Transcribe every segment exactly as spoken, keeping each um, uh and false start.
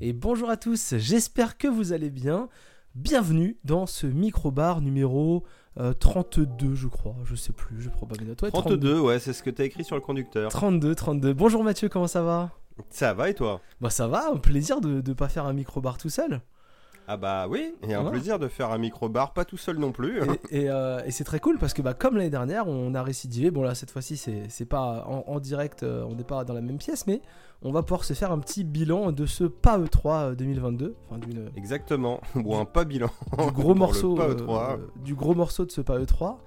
et bonjour à tous, j'espère que vous allez bien. Bienvenue dans ce micro-bar numéro euh, trente-deux, je crois, je sais plus, je probablement. Ouais, trente-deux, ouais, c'est ce que t'as écrit sur le conducteur. trente-deux, trente-deux. Bonjour Mathieu, comment ça va ? Ça va et toi ? Bah ça va, un plaisir de ne pas faire un micro-bar tout seul. Ah bah oui, et un ah. plaisir de faire un micro-bar, pas tout seul non plus. Et, et, euh, et c'est très cool parce que bah, comme l'année dernière, on a récidivé. Bon là, cette fois-ci, c'est, c'est pas en, en direct, euh, on n'est pas dans la même pièce, mais on va pouvoir se faire un petit bilan de ce P A E trois deux mille vingt-deux. Enfin, d'une... Exactement, ou un pas bilan. Du gros, morceau, P A E trois. Euh, du gros morceau de ce P A E trois.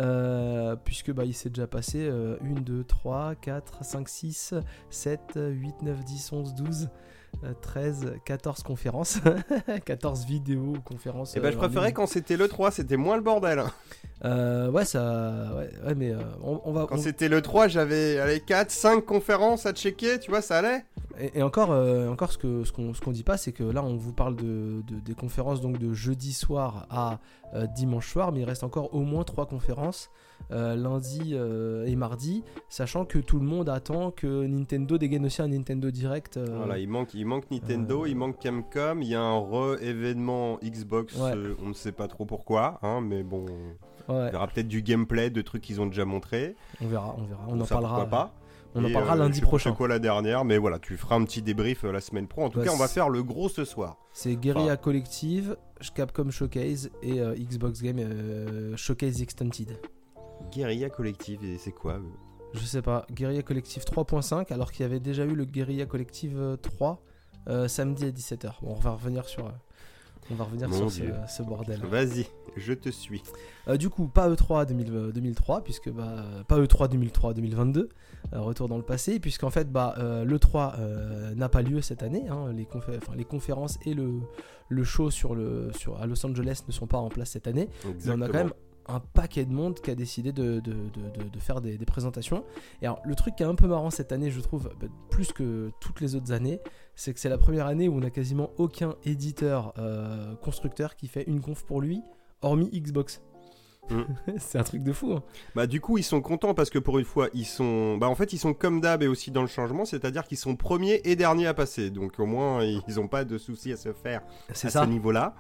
Euh, puisque bah, il s'est déjà passé euh, un, deux, trois, quatre, cinq, six, sept, huit, neuf, dix, onze, douze... treize, quatorze conférences, quatorze vidéos conférences. Et bah je préférais quand c'était l'E trois, c'était moins le bordel. Euh, ouais, ça. Ouais, ouais mais euh, on, on va. Quand on... c'était l'E trois, j'avais allez, quatre, cinq conférences à checker, tu vois, ça allait. Et, et encore, euh, encore ce, que, ce, qu'on, ce qu'on dit pas, c'est que là, on vous parle de, de, des conférences donc de jeudi soir à euh, dimanche soir, mais il reste encore au moins trois conférences. Euh, lundi euh, et mardi, sachant que tout le monde attend que Nintendo dégaine aussi un Nintendo Direct. Euh, voilà, il manque, il manque Nintendo, euh... il manque Capcom, il y a un re-événement Xbox, ouais. euh, on ne sait pas trop pourquoi, hein, mais bon, ouais. On verra peut-être du gameplay, de trucs qu'ils ont déjà montré. On verra, on verra, on en ça, parlera. Pourquoi pas. On et en parlera euh, lundi je sais prochain. C'est quoi la dernière, mais voilà, tu feras un petit débrief euh, la semaine pro. En tout ouais, cas, on va faire le gros ce soir. C'est Guerrilla enfin... Collective, Capcom Showcase et euh, Xbox Game euh, Showcase Extended. Guerrilla Collective, et c'est quoi euh... Je sais pas. Guerrilla Collective trois point cinq, alors qu'il y avait déjà eu le Guerrilla Collective trois euh, samedi à dix-sept heures. Bon, on va revenir sur, euh, on va revenir sur ce, ce bordel. Vas-y, je te suis. Euh, du coup, P A E trois deux mille trois, puisque bah, P A E trois deux mille trois deux mille vingt-deux, euh, retour dans le passé, puisqu'en fait, bah, euh, l'E trois euh, n'a pas lieu cette année. Hein, les, confé- enfin, les conférences et le, le show sur le, sur, à Los Angeles ne sont pas en place cette année. Exactement. Mais on a quand même un paquet de monde qui a décidé de, de, de, de, de faire des, des présentations. Et alors, le truc qui est un peu marrant cette année, je trouve, bah, plus que toutes les autres années, c'est que c'est la première année où on n'a quasiment aucun éditeur euh, constructeur qui fait une conf pour lui, hormis Xbox. Mmh. C'est un truc de fou. Hein. Bah du coup ils sont contents parce que pour une fois ils sont, bah en fait ils sont comme d'hab et aussi dans le changement, c'est-à-dire qu'ils sont premiers et derniers à passer. Donc au moins ils ont pas de soucis à se faire c'est à ça. Ce niveau-là.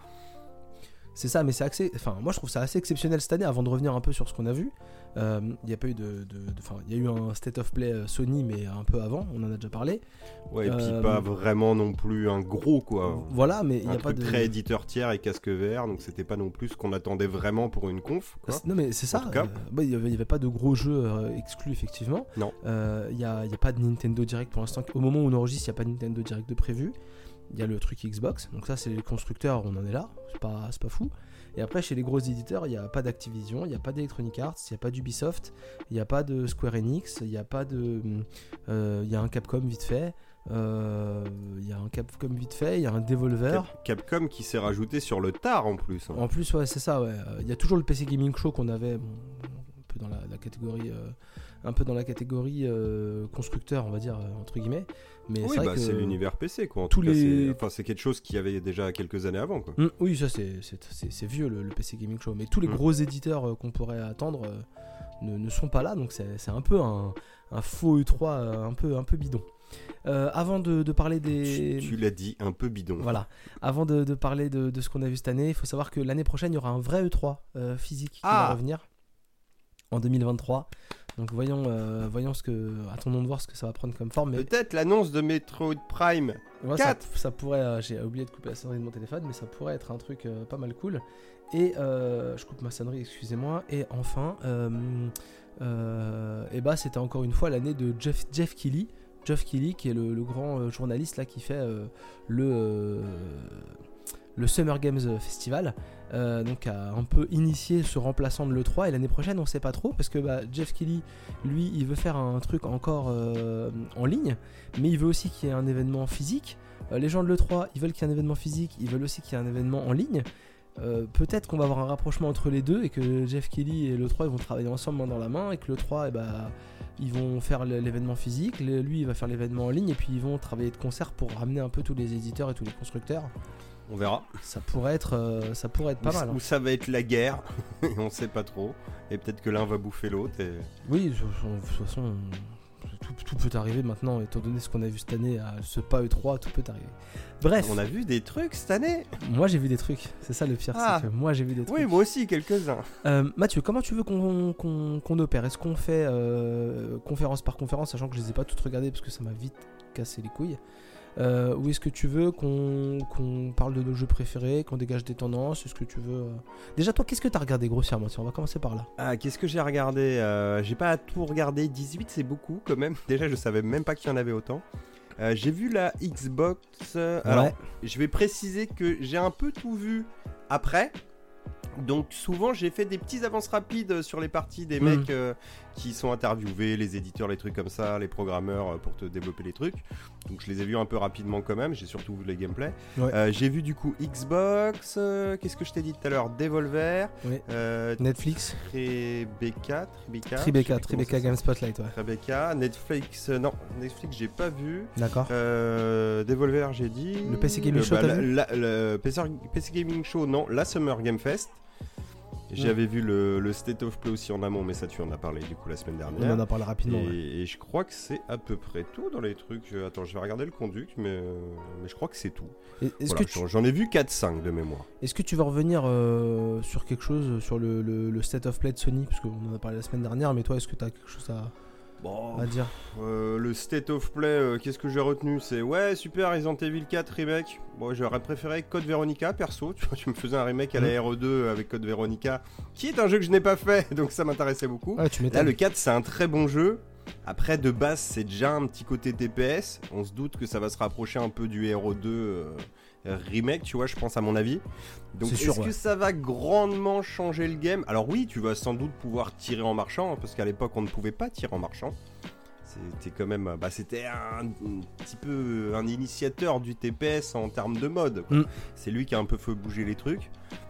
C'est ça, mais c'est assez... Enfin, moi je trouve ça assez exceptionnel cette année. Avant de revenir un peu sur ce qu'on a vu, il euh, n'y a pas eu de, de, de... Enfin, il y a eu un State of Play Sony, mais un peu avant, on en a déjà parlé. Ouais, et euh, puis pas vraiment non plus un gros, quoi. Voilà, mais il n'y a pas de... très éditeur tiers et casque vert, donc c'était pas non plus ce qu'on attendait vraiment pour une conf, quoi. Non, mais c'est ça. Il euh, bah, n'y avait, avait pas de gros jeux euh, exclus, effectivement. Non. Il euh, n'y a, y a pas de Nintendo Direct pour l'instant. Au moment où on enregistre, il n'y a pas de Nintendo Direct de prévu. Il y a le truc Xbox, donc ça c'est les constructeurs, on en est là, c'est pas, c'est pas fou. Et après chez les gros éditeurs, il n'y a pas d'Activision, il n'y a pas d'Electronic Arts, il n'y a pas d'Ubisoft, il n'y a pas de Square Enix, il n'y a pas de... Euh, il y a un Capcom vite fait, euh, il y a un Capcom vite fait, il y a un Devolver. Cap- Capcom qui s'est rajouté sur le tard en plus. Hein. En plus, ouais, c'est ça, ouais. Il y a toujours le P C Gaming Show qu'on avait, bon, un peu dans la, la catégorie... Euh, un peu dans la catégorie euh, constructeur, on va dire, euh, entre guillemets. Mais oui, c'est, vrai bah que c'est l'univers P C, quoi. En tous tout cas, les... c'est... Enfin, c'est quelque chose qu'il y avait déjà quelques années avant, quoi. Mmh, oui, ça, c'est, c'est, c'est, c'est vieux, le, le P C Gaming Show. Mais tous les mmh. gros éditeurs euh, qu'on pourrait attendre euh, ne, ne sont pas là. Donc, c'est, c'est un peu un, un faux E trois euh, un, peu, un peu bidon. Euh, avant de, de parler des... Tu, tu l'as dit, un peu bidon. Voilà. Avant de, de parler de, de ce qu'on a vu cette année, il faut savoir que l'année prochaine, il y aura un vrai E trois euh, physique qui ah. va revenir en deux mille vingt-trois. Donc voyons, euh, voyons ce que, attendons de voir ce que ça va prendre comme forme. Mais... Peut-être l'annonce de Metroid Prime ouais, quatre. Ça, ça pourrait, euh, j'ai oublié de couper la sonnerie de mon téléphone, mais ça pourrait être un truc euh, pas mal cool. Et euh, je coupe ma sonnerie, excusez-moi. Et enfin, euh, euh, et bah c'était encore une fois l'année de Jeff, Jeff Keighley. Jeff Keighley qui est le, le grand euh, journaliste là qui fait euh, le euh, le Summer Games Festival, euh, donc a un peu initié ce remplaçant de l'E trois. Et l'année prochaine on sait pas trop parce que bah, Jeff Keighley lui il veut faire un truc encore euh, en ligne, mais il veut aussi qu'il y ait un événement physique. Euh, les gens de l'E trois ils veulent qu'il y ait un événement physique, ils veulent aussi qu'il y ait un événement en ligne. Euh, peut-être qu'on va avoir un rapprochement entre les deux et que Jeff Keighley et l'E trois ils vont travailler ensemble main dans la main et que l'E trois eh bah, ils vont faire l'événement physique, lui il va faire l'événement en ligne et puis ils vont travailler de concert pour ramener un peu tous les éditeurs et tous les constructeurs. On verra. Ça pourrait être, euh, ça pourrait être pas ou, mal. Hein. Ou ça va être la guerre, on sait pas trop. Et peut-être que l'un va bouffer l'autre. Et... Oui, de toute façon, tout, tout peut arriver maintenant, étant donné ce qu'on a vu cette année à ce P A E trois, tout peut arriver. Bref. On a vu des trucs cette année. Moi j'ai vu des trucs, c'est ça le pire, ah. c'est que moi j'ai vu des trucs. Oui, moi aussi, quelques-uns. Euh, Mathieu, comment tu veux qu'on, qu'on, qu'on opère ? Est-ce qu'on fait euh, conférence par conférence, sachant que je les ai pas toutes regardées parce que ça m'a vite cassé les couilles ? Euh, ou est-ce que tu veux qu'on, qu'on parle de nos jeux préférés, qu'on dégage des tendances ? Est-ce que tu veux... Euh... Déjà, toi, qu'est-ce que tu as regardé grossièrement ? Tiens, on va commencer par là. Ah, qu'est-ce que j'ai regardé ? euh, J'ai pas tout regardé. dix-huit, c'est beaucoup quand même. Déjà, je savais même pas qu'il y en avait autant. Euh, j'ai vu la Xbox. Euh, ouais. Alors, je vais préciser que j'ai un peu tout vu après. Donc souvent j'ai fait des petits avances rapides sur les parties des mmh. mecs euh, qui sont interviewés, les éditeurs, les trucs comme ça, les programmeurs euh, pour te développer les trucs. Donc je les ai vus un peu rapidement quand même, j'ai surtout vu les gameplays. Ouais. Euh, j'ai vu du coup Xbox, euh, qu'est-ce que je t'ai dit tout à l'heure, Devolver, ouais. euh, Netflix, Tribeca, Tribeca, Tribeca, Tribeca Game Spotlight, ouais. Tribeca, Netflix, euh, non, Netflix j'ai pas vu. D'accord. Euh, Devolver j'ai dit. Le P C Gaming le, Show, bah, t'as la, vu la, le P C, P C Gaming Show, non, la Summer Game Fest. J'avais mmh. vu le, le State of Play aussi en amont, mais ça tu en as parlé du coup la semaine dernière. On en a parlé rapidement. Et, ouais. et je crois que c'est à peu près tout dans les trucs. Je, attends, je vais regarder le conduct, mais, euh, mais je crois que c'est tout. Et, est-ce voilà, que tu... J'en ai vu quatre cinq de mémoire. Est-ce que tu vas revenir euh, sur quelque chose, sur le, le, le State of Play de Sony ? Parce qu'on en a parlé la semaine dernière, mais toi, est-ce que tu as quelque chose à... Bon, à dire euh, le State of Play, euh, qu'est-ce que j'ai retenu ? C'est ouais, super, Resident Evil quatre remake. Bon, j'aurais préféré Code Veronica, perso. Tu vois, tu me faisais un remake à la R E deux avec Code Veronica, qui est un jeu que je n'ai pas fait, donc ça m'intéressait beaucoup. Ah, tu Là, le quatre, c'est un très bon jeu. Après, de base, c'est déjà un petit côté T P S. On se doute que ça va se rapprocher un peu du R E deux euh, remake, tu vois, je pense à mon avis. Donc, c'est est-ce sûr, que ouais. ça va grandement changer le game ? Alors oui, tu vas sans doute pouvoir tirer en marchant, hein, parce qu'à l'époque, on ne pouvait pas tirer en marchant. C'était quand même, bah, c'était un, un petit peu un initiateur du T P S en termes de mode. Quoi. Mm. C'est lui qui a un peu fait bouger les trucs.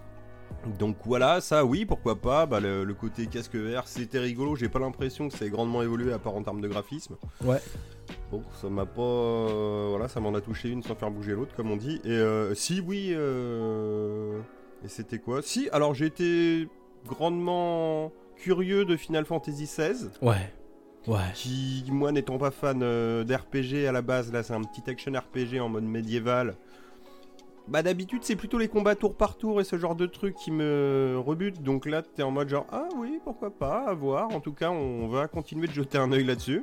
Donc voilà, ça oui, pourquoi pas. Bah, le, le côté casque V R, c'était rigolo. J'ai pas l'impression que ça ait grandement évolué à part en termes de graphisme. Ouais. Bon, ça m'a pas, euh, voilà, ça m'en a touché une sans faire bouger l'autre, comme on dit. Et euh, si oui, euh... et c'était quoi ? Si, alors j'ai été grandement curieux de Final Fantasy seize. Ouais. Ouais. Qui, moi, n'étant pas fan euh, d'R P G à la base, là, c'est un petit action R P G en mode médiéval. Bah, d'habitude, c'est plutôt les combats tour par tour et ce genre de trucs qui me rebutent. Donc là, t'es en mode genre, ah oui, pourquoi pas, à voir. En tout cas, on va continuer de jeter un œil là-dessus.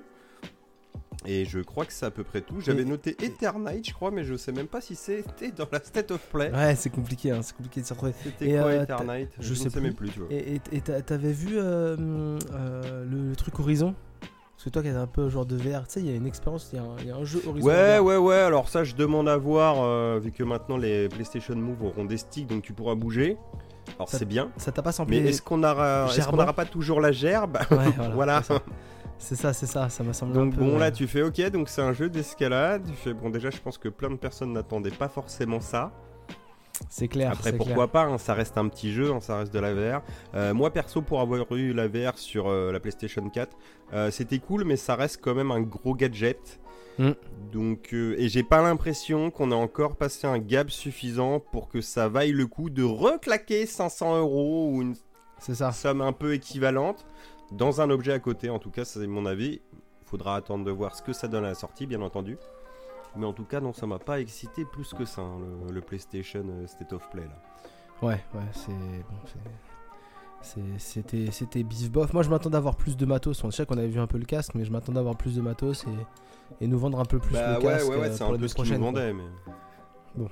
Et je crois que c'est à peu près tout. J'avais et, noté et... Eternite, je crois, mais je sais même pas si c'était dans la State of Play. Ouais, c'est compliqué, hein, c'est compliqué de se retrouver. C'était et quoi euh, Eternite ? Je, je sais ne sais plus. même plus, tu vois. Et, et, et t'avais vu euh, euh, le, le truc Horizon ? Parce que toi qui es un peu genre de V R, tu sais, il y a une expérience, il y, y a un jeu Horizon. Ouais, ouais, ouais, alors ça, je demande à voir, euh, vu que maintenant les PlayStation Move auront des sticks, donc tu pourras bouger. Alors ça, c'est bien. Ça t'a pas semblé. Mais est-ce qu'on aura, est-ce qu'on n'aura pas toujours la gerbe ? Ouais, voilà. voilà. C'est ça, c'est ça, ça m'a semblé donc un peu... bon, euh... là, tu fais, ok, donc c'est un jeu d'escalade. Tu fais, bon, déjà, je pense que plein de personnes n'attendaient pas forcément ça. C'est clair. Après, c'est pourquoi clair. pas, hein, ça reste un petit jeu, hein, ça reste de la V R. Euh, moi, perso, pour avoir eu la V R sur euh, la PlayStation quatre, euh, c'était cool, mais ça reste quand même un gros gadget. Mm. Donc, euh, et j'ai pas l'impression qu'on a encore passé un gap suffisant pour que ça vaille le coup de reclaquer cinq cents euros ou une c'est ça. somme un peu équivalente dans un objet à côté. En tout cas, c'est mon avis. Faudra attendre de voir ce que ça donne à la sortie, bien entendu. Mais en tout cas, non, ça m'a pas excité plus que ça, hein, le, le PlayStation State of Play, là. Ouais, ouais, c'est... Bon, c'est... c'est c'était, c'était bif bof. Moi, je m'attendais à avoir plus de matos. On sait qu'on avait vu un peu le casque, mais je m'attendais à avoir plus de matos et, et nous vendre un peu plus bah, le ouais, casque ouais, ouais, c'est pour un peu ce qu'ils nous vendaient, mais... Bon.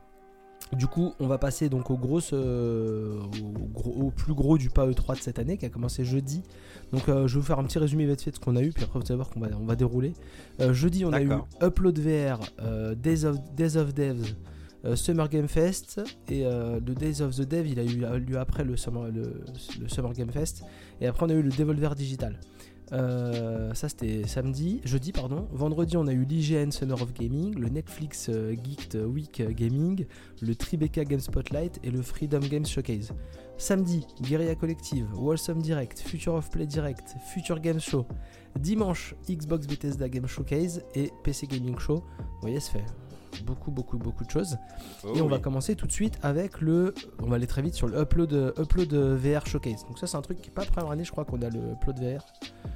Du coup, on va passer donc au, gros, euh, au, gros, au plus gros du P A E trois de cette année qui a commencé jeudi. Donc euh, je vais vous faire un petit résumé vite fait de ce qu'on a eu, puis après vous allez voir qu'on va, on va dérouler. Euh, jeudi, on D'accord. a eu Upload V R, euh, Days, of, Days of Devs, euh, Summer Game Fest, et euh, le Days of the Dev, il a eu lieu après le Summer, le, le Summer Game Fest, et après on a eu le Devolver Digital. Euh, ça c'était samedi, jeudi pardon. Vendredi on a eu l'I G N Summer of Gaming, le Netflix euh, Geeked Week Gaming, le Tribeca Game Spotlight et le Freedom Games Showcase. Samedi, Guerilla Collective, Wholesome Direct, Future of Play Direct, Future Game Show. Dimanche, Xbox Bethesda Game Showcase et P C Gaming Show. Vous voyez, ça fait beaucoup beaucoup beaucoup de choses. Oh et on oui. va commencer tout de suite avec le, on va aller très vite sur le Upload, upload V R Showcase. Donc ça c'est un truc qui est pas première année, je crois qu'on a le Upload V R.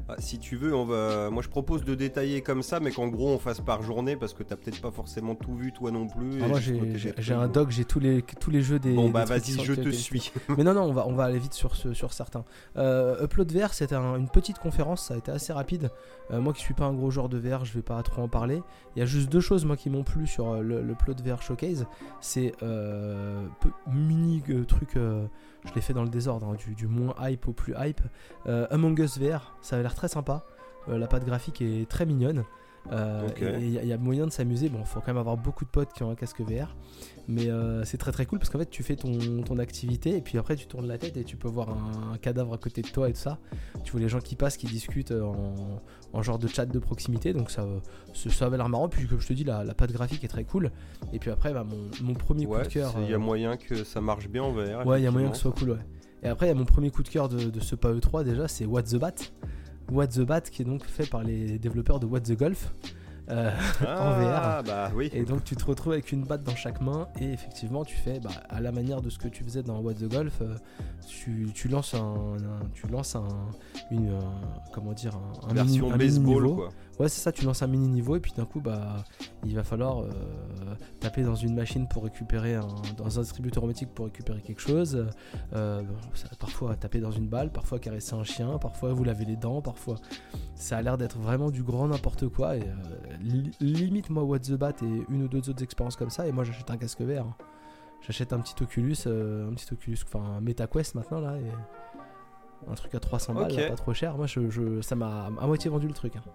Ah, si tu veux, on va... moi je propose de détailler comme ça, mais qu'en gros on fasse par journée parce que t'as peut-être pas forcément tout vu toi non plus. Ah, moi j'ai, j'ai, j'ai un doc, j'ai tous les, tous les jeux des. Bon bah des vas-y, je te suis. Mais non, non, on va, on va aller vite sur, sur certains. Euh, Upload V R, c'était un, une petite conférence, ça a été assez rapide. Euh, moi qui suis pas un gros joueur de V R, je vais pas trop en parler. Il y a juste deux choses moi qui m'ont plu sur euh, le, le Upload V R Showcase. C'est euh, peu, mini euh, truc. Euh, Je l'ai fait dans le désordre, hein, du, du moins hype au plus hype. Euh, Among Us V R, ça a l'air très sympa. Euh, la patte graphique est très mignonne. Euh, okay. Et il y, y a moyen de s'amuser. Bon, il faut quand même avoir beaucoup de potes qui ont un casque V R. Mais euh, c'est très très cool parce qu'en fait, tu fais ton, ton activité et puis après, tu tournes la tête et tu peux voir un, un cadavre à côté de toi et tout ça. Tu vois les gens qui passent, qui discutent en, en genre de chat de proximité. Donc ça, ça avait l'air marrant. Puis comme je te dis, la, la patte graphique est très cool. Et puis après, bah, mon, mon premier ouais, coup de cœur. Il y a euh, moyen que ça marche bien en V R. Ouais, il y a moyen que ce soit cool, ouais. Et après, il y a mon premier coup de cœur de, de ce P A E trois déjà, c'est What the Bat. What the Bat qui est donc fait par les développeurs de What the Golf. Euh, ah, en V R. Bah oui. Et donc tu te retrouves avec une batte dans chaque main et effectivement tu fais bah, à la manière de ce que tu faisais dans What the Golf, euh, tu, tu lances un, un tu lances un une euh, comment dire un, un version mini, un baseball mini quoi. Ouais c'est ça, tu lances un mini niveau et puis d'un coup bah il va falloir euh, taper dans une machine pour récupérer un, dans un distributeur automatique pour récupérer quelque chose. Euh, ça, parfois taper dans une balle, parfois caresser un chien, parfois vous laver les dents, parfois ça a l'air d'être vraiment du grand n'importe quoi et euh, li- limite moi What the Bat et une ou deux autres expériences comme ça et moi j'achète un casque V R. Hein. J'achète un petit Oculus, euh, un petit Oculus, enfin un MetaQuest maintenant là et un truc à trois cents balles, okay. là, pas trop cher. Moi je, je, ça m'a à moitié vendu le truc. Hein.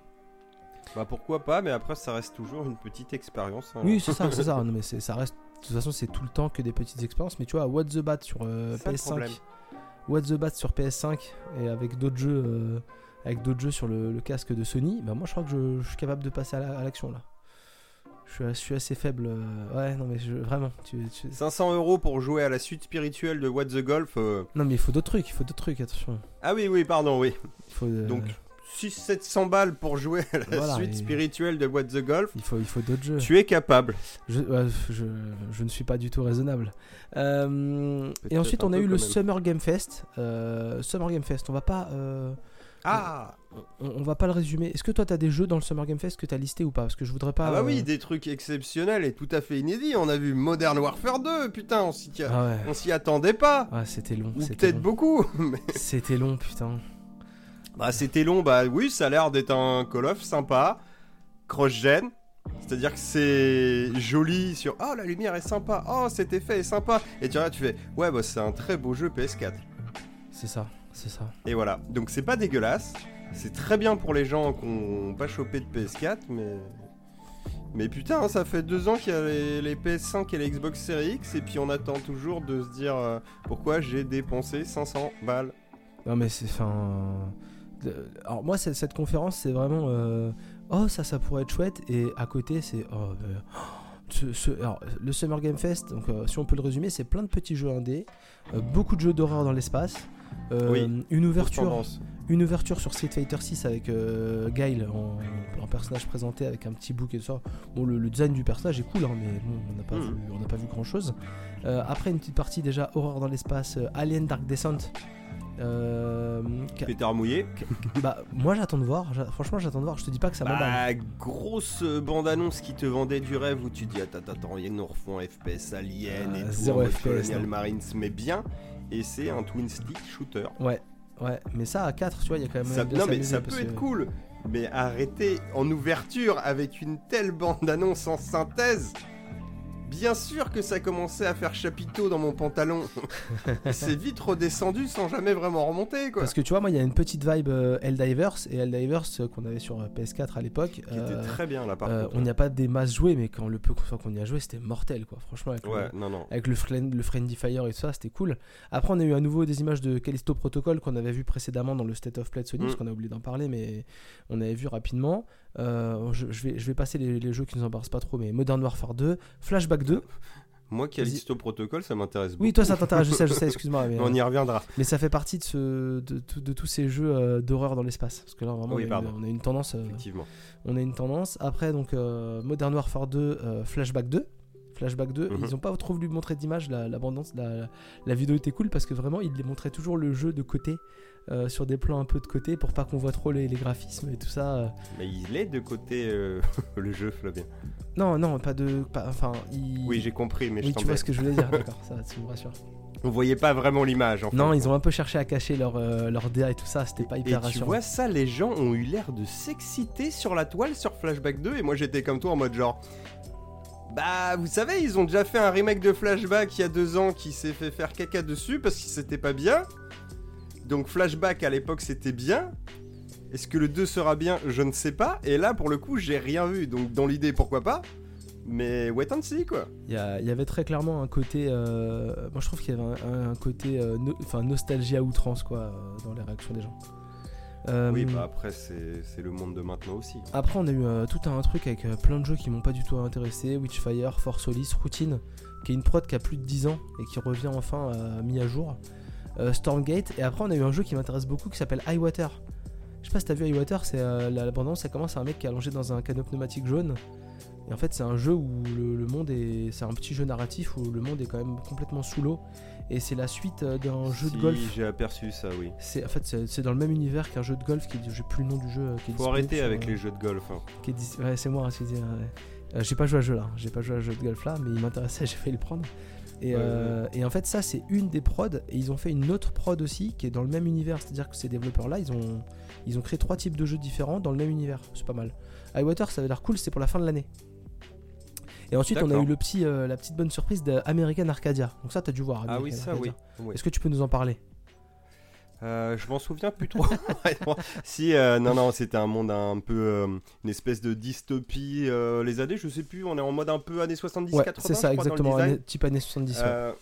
Bah pourquoi pas, mais après ça reste toujours une petite expérience. Hein. Oui c'est ça, c'est ça. Non mais c'est, ça reste. De toute façon c'est tout le temps que des petites expériences. Mais tu vois What the Bat sur euh, P S cinq, What the Bat sur P S cinq et avec d'autres jeux, euh, avec d'autres jeux sur le, le casque de Sony, bah moi je crois que je, je suis capable de passer à, la, à l'action là. Je suis, je suis assez faible. Euh, ouais non mais je, vraiment. Tu, tu... cinq cents euros pour jouer à la suite spirituelle de What the Golf. Euh... Non mais il faut d'autres trucs, il faut d'autres trucs, attention. Ah oui oui pardon oui. Il faut, euh... Donc six cents sept cents balles pour jouer à la voilà, suite et... spirituelle de What the Golf. Il faut, il faut d'autres jeux. Tu es capable. Je, ouais, je, je ne suis pas du tout raisonnable. Euh, et ensuite, on a eu le Summer Game Fest. Euh, Summer Game Fest, on va pas. Euh, ah on, on va pas le résumer. Est-ce que toi, tu as des jeux dans le Summer Game Fest que tu as listé ou pas? Parce que je voudrais pas. Ah bah euh... oui, des trucs exceptionnels et tout à fait inédits. On a vu Modern Warfare deux, putain, on s'y, a... ah ouais. on s'y attendait pas. Ah, c'était long. Ou c'était peut-être long. beaucoup. Mais... C'était long, putain. Bah c'était long, bah oui, ça a l'air d'être un Call of sympa, cross-gen, c'est-à-dire que c'est joli sur « Oh, la lumière est sympa, oh, cet effet est sympa » et tu vois, tu fais « Ouais, bah c'est un très beau jeu P S quatre ». C'est ça, c'est ça. Et voilà, donc c'est pas dégueulasse, c'est très bien pour les gens qui n'ont pas chopé de P S quatre, mais... Mais putain, ça fait deux ans qu'il y a les, les P S cinq et les Xbox Series X, et puis on attend toujours de se dire euh, « Pourquoi j'ai dépensé cinq cents balles ?» Non mais c'est... Fin... Alors moi cette, cette conférence c'est vraiment euh, oh ça ça pourrait être chouette et à côté c'est oh, euh, ce, ce, alors, le Summer Game Fest donc euh, si on peut le résumer c'est plein de petits jeux indés, euh, beaucoup de jeux d'horreur dans l'espace, euh, oui, une ouverture une ouverture sur Street Fighter six avec euh, Guile en, en personnage présenté avec un petit bouc et tout ça. Bon le, le design du personnage est cool hein, mais bon on n'a pas, mmh. vu, on n'a pas vu grand chose. Euh, après une petite partie déjà horreur dans l'espace, euh, Alien Dark Descent. Euh, Pétard mouillé. Bah moi j'attends de voir, j'a... franchement j'attends de voir, je te dis pas que ça m'emballe. Bah grosse bande-annonce qui te vendait du rêve où tu dis attends attends ils nous refont F P S Alien euh, et tout, zéro F P S Colonial Marines mais bien, et c'est un twin stick shooter. Ouais, ouais, mais ça à quatre tu vois il y a quand même ça, de non mais ça peut que... être cool, mais arrêtez en ouverture avec une telle bande-annonce en synthèse. Bien sûr que ça commençait à faire chapiteau dans mon pantalon. Et c'est vite redescendu sans jamais vraiment remonter quoi. Parce que tu vois moi il y a une petite vibe euh, Helldivers et Helldivers euh, qu'on avait sur P S quatre à l'époque qui euh, était très bien là par euh, contre. On n'y a pas des masses jouées mais quand le peu qu'on y a joué c'était mortel quoi franchement avec, ouais, le, non, non. avec le, friend, le Friendly Fire et tout ça c'était cool. Après on a eu à nouveau des images de Callisto Protocol qu'on avait vu précédemment dans le State of Play de Sony mm. parce qu'on a oublié d'en parler mais on avait vu rapidement. Euh, je, je, vais, je vais passer les, les jeux qui nous embarrassent pas trop mais Modern Warfare deux, Flashback deux. Moi, Callisto Protocol, ça m'intéresse beaucoup. Oui, toi, ça t'intéresse, je sais, je sais, excuse-moi. Mais, on y reviendra. Mais ça fait partie de, ce, de, de, de tous ces jeux euh, d'horreur dans l'espace. Parce que là, vraiment, oui, on, a une, on a une tendance. Euh, Effectivement. On a une tendance. Après, donc, euh, Modern Warfare deux, euh, Flashback deux. Flashback deux, Mhm. ils ont pas trop voulu montrer d'image, la, la, bande-annonce, la, la vidéo était cool parce que vraiment ils les montraient toujours le jeu de côté, euh, sur des plans un peu de côté pour pas qu'on voit trop les, les graphismes et tout ça. euh. Mais il est de côté euh, le jeu, Flavien. Non, non, pas de. Pas, enfin, il... Oui, j'ai compris, mais je Oui, tu vois t'embête. ce que je voulais dire, d'accord, ça, tu me rassures. On voyait pas vraiment l'image. En Non, fait. ils ont un peu cherché à cacher leur, euh, leur D A et tout ça, c'était pas Et hyper tu rassurant. vois ça, les gens ont eu l'air de s'exciter sur la toile sur Flashback deux, et moi j'étais comme toi en mode genre... Bah, vous savez, ils ont déjà fait un remake de Flashback il y a deux ans qui s'est fait faire caca dessus parce que c'était pas bien. Donc Flashback à l'époque c'était bien. Est-ce que le deux sera bien? Je ne sais pas. Et là pour le coup j'ai rien vu. Donc dans l'idée pourquoi pas. Mais wait and see quoi. Il y, a- il y avait très clairement un côté. euh, Moi je trouve qu'il y avait un, un côté euh, no- enfin, nostalgie à outrance quoi, euh, dans les réactions des gens. Euh, Oui bah après c'est c'est le monde de maintenant aussi. Après, on a eu euh, tout un truc avec euh, plein de jeux qui m'ont pas du tout intéressé. Witchfire, For Solis, Routine, qui est une prod qui a plus de dix ans et qui revient enfin euh, mis à jour. Euh, Stormgate, et après, on a eu un jeu qui m'intéresse beaucoup qui s'appelle Highwater. Je sais pas si t'as vu Highwater, c'est euh, la, la bande-annonce, ça commence à un mec qui est allongé dans un canot pneumatique jaune. Et en fait, c'est un jeu où le, le monde est. C'est un petit jeu narratif où le monde est quand même complètement sous l'eau. Et c'est la suite euh, d'un jeu Si, de golf. j'ai aperçu ça, oui. C'est, en fait, c'est, c'est dans le même univers qu'un jeu de golf qui est. J'ai plus le nom du jeu. euh, Qui est Faut disponible arrêter sur, avec euh, les jeux de golf. Hein. qui est dis- Ouais, c'est moi, je dis, ouais. Euh, j'ai pas joué à ce jeu là, j'ai pas joué à ce jeu de golf là, mais il m'intéressait, j'ai failli le prendre. Et, Ouais, euh, et en fait, ça c'est une des prods, et ils ont fait une autre prod aussi qui est dans le même univers, c'est-à-dire que ces développeurs là, ils ont, ils ont créé trois types de jeux différents dans le même univers, c'est pas mal. Highwater, ça avait l'air cool, c'est pour la fin de l'année. Et ensuite, on a D'accord. eu le petit, euh, la petite bonne surprise d'American Arcadia. Donc ça, t'as dû voir. Ah American oui, ça Arcadia. oui. Oui. Est-ce que tu peux nous en parler? Euh, je m'en souviens plus trop. si, euh, non, non, c'était un monde un peu. euh, une espèce de dystopie. euh, les années, je sais plus, on est en mode un peu années soixante-dix Ouais, quatre-vingts. c'est ça, je crois, dans le exactement, design. année- type années soixante-dix. Ouais. Euh,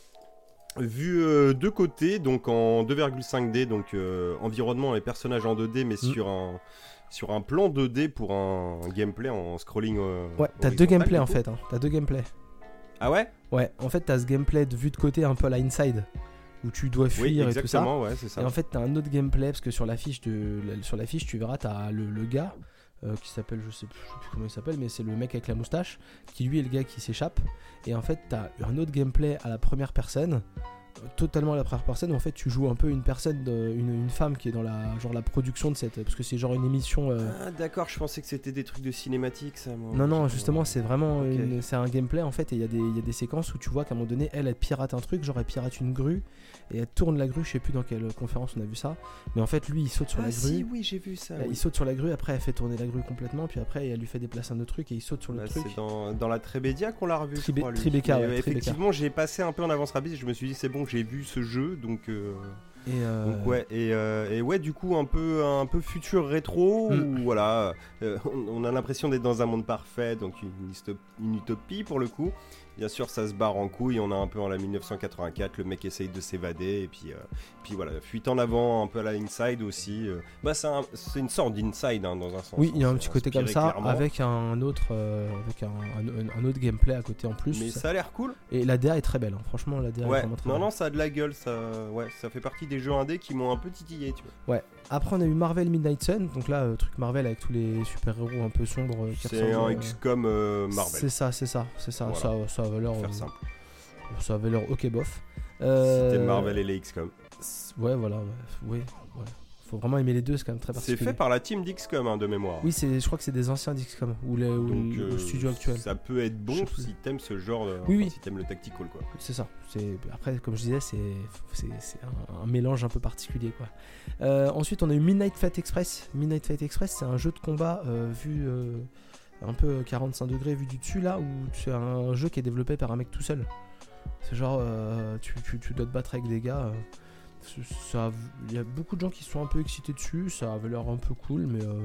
vu euh, de côté, donc en deux virgule cinq D, donc euh, environnement et personnages en deux D, mais Mm. sur un. Sur un plan deux D pour un, un gameplay en scrolling. euh, Ouais, t'as deux horizontal, gameplays du en coup. fait. Hein. T'as deux gameplays. Ah ouais. Ouais, en fait, t'as ce gameplay de vue de côté un peu à la Inside, où tu dois Oui, fuir et tout ça. exactement, ouais, c'est ça. Et en fait, t'as un autre gameplay, parce que sur la fiche, de, la- sur la fiche tu verras, t'as le, le gars, euh, qui s'appelle, je sais, plus, je sais plus comment il s'appelle, mais c'est le mec avec la moustache, qui lui est le gars qui s'échappe. Et en fait, t'as un autre gameplay à la première personne, euh, totalement à la première personne, où en fait, tu joues un peu une personne, de- une, une femme qui est dans la, genre, la production de cette... Parce que c'est genre une émission... euh, Ah d'accord, je pensais que c'était des trucs de cinématique ça. Moi. Non, non, justement, c'est vraiment Ok. une- c'est un gameplay en fait. Et il y, a des- il y a des séquences où tu vois qu'à un moment donné, elle, elle pirate un truc, genre elle pirate une grue et elle tourne la grue. Je sais plus dans quelle conférence on a vu ça, mais en fait, lui il saute sur Ah la si, grue. oui, j'ai vu ça. euh, oui. Il saute sur la grue, après elle fait tourner la grue complètement, puis après elle lui fait déplacer un autre truc et il saute sur le Bah, truc. c'est dans, dans la Trebédia qu'on l'a revu, je Tribe- crois, lui. Tribeca, Mais, ouais, euh, Tribeca. effectivement, j'ai passé un peu en avance rapide. Je me suis dit, c'est bon, j'ai vu ce jeu, donc, euh, Et, euh, donc ouais. Et, euh, et ouais, du coup, un peu, un peu futur rétro, Mm. où voilà, euh, on, on a l'impression d'être dans un monde parfait, donc une, histo- une utopie pour le coup. Bien sûr, ça se barre en couille. On a un peu en la mille neuf cent quatre-vingt-quatre, le mec essaye de s'évader, et puis, euh, puis voilà, fuite en avant, un peu à la Inside aussi. euh. Bah, c'est, un- c'est une sorte d'Inside hein, dans un sens. Oui, il y a hein, un c'est petit côté comme inspiré ça, clairement. avec un autre, euh, avec un, un- un autre gameplay à côté en plus. Mais ça a l'air cool. Et la D A est très belle, hein. Franchement, la D A est Ouais, vraiment très non, belle. non, ça a de la gueule, ça, ouais, ça fait partie des jeux indés qui m'ont un peu titillé, tu vois. Ouais. Après, on a eu Marvel Midnight Sun, donc là, euh, truc Marvel avec tous les super-héros un peu sombres. euh, qui C'est ressemblent, un euh, X COM euh, Marvel, C'est ça, c'est ça, c'est ça. Voilà. Ça, ça avait l'air. pour euh, faire simple. Ça avait l'air ok bof. Si Euh, t'aimes Marvel et les X COM. c- Ouais, voilà, ouais, ouais, ouais. Faut vraiment aimer les deux, c'est quand même très C'est particulier. fait par la team d'X COM hein, de mémoire. Oui, c'est, je crois que c'est des anciens d'X COM ou, les, ou, Donc, le- ou le euh, studio actuel. ça peut être Je bon sais plus. si t'aimes ce genre de... Oui, enfin, oui. si t'aimes le tactical, quoi. C'est ça. C'est... Après, comme je disais, c'est, c'est, c'est un, un mélange un peu particulier, quoi. Euh, ensuite, on a eu Midnight Fight Express. Midnight Fight Express, c'est un jeu de combat euh, vu euh, un peu quarante-cinq degrés vu du dessus, là, où c'est un jeu qui est développé par un mec tout seul. C'est genre, euh, tu, tu, tu dois te battre avec des gars. euh, ça, il y a beaucoup de gens qui sont un peu excités dessus. Ça avait l'air un peu cool, mais euh,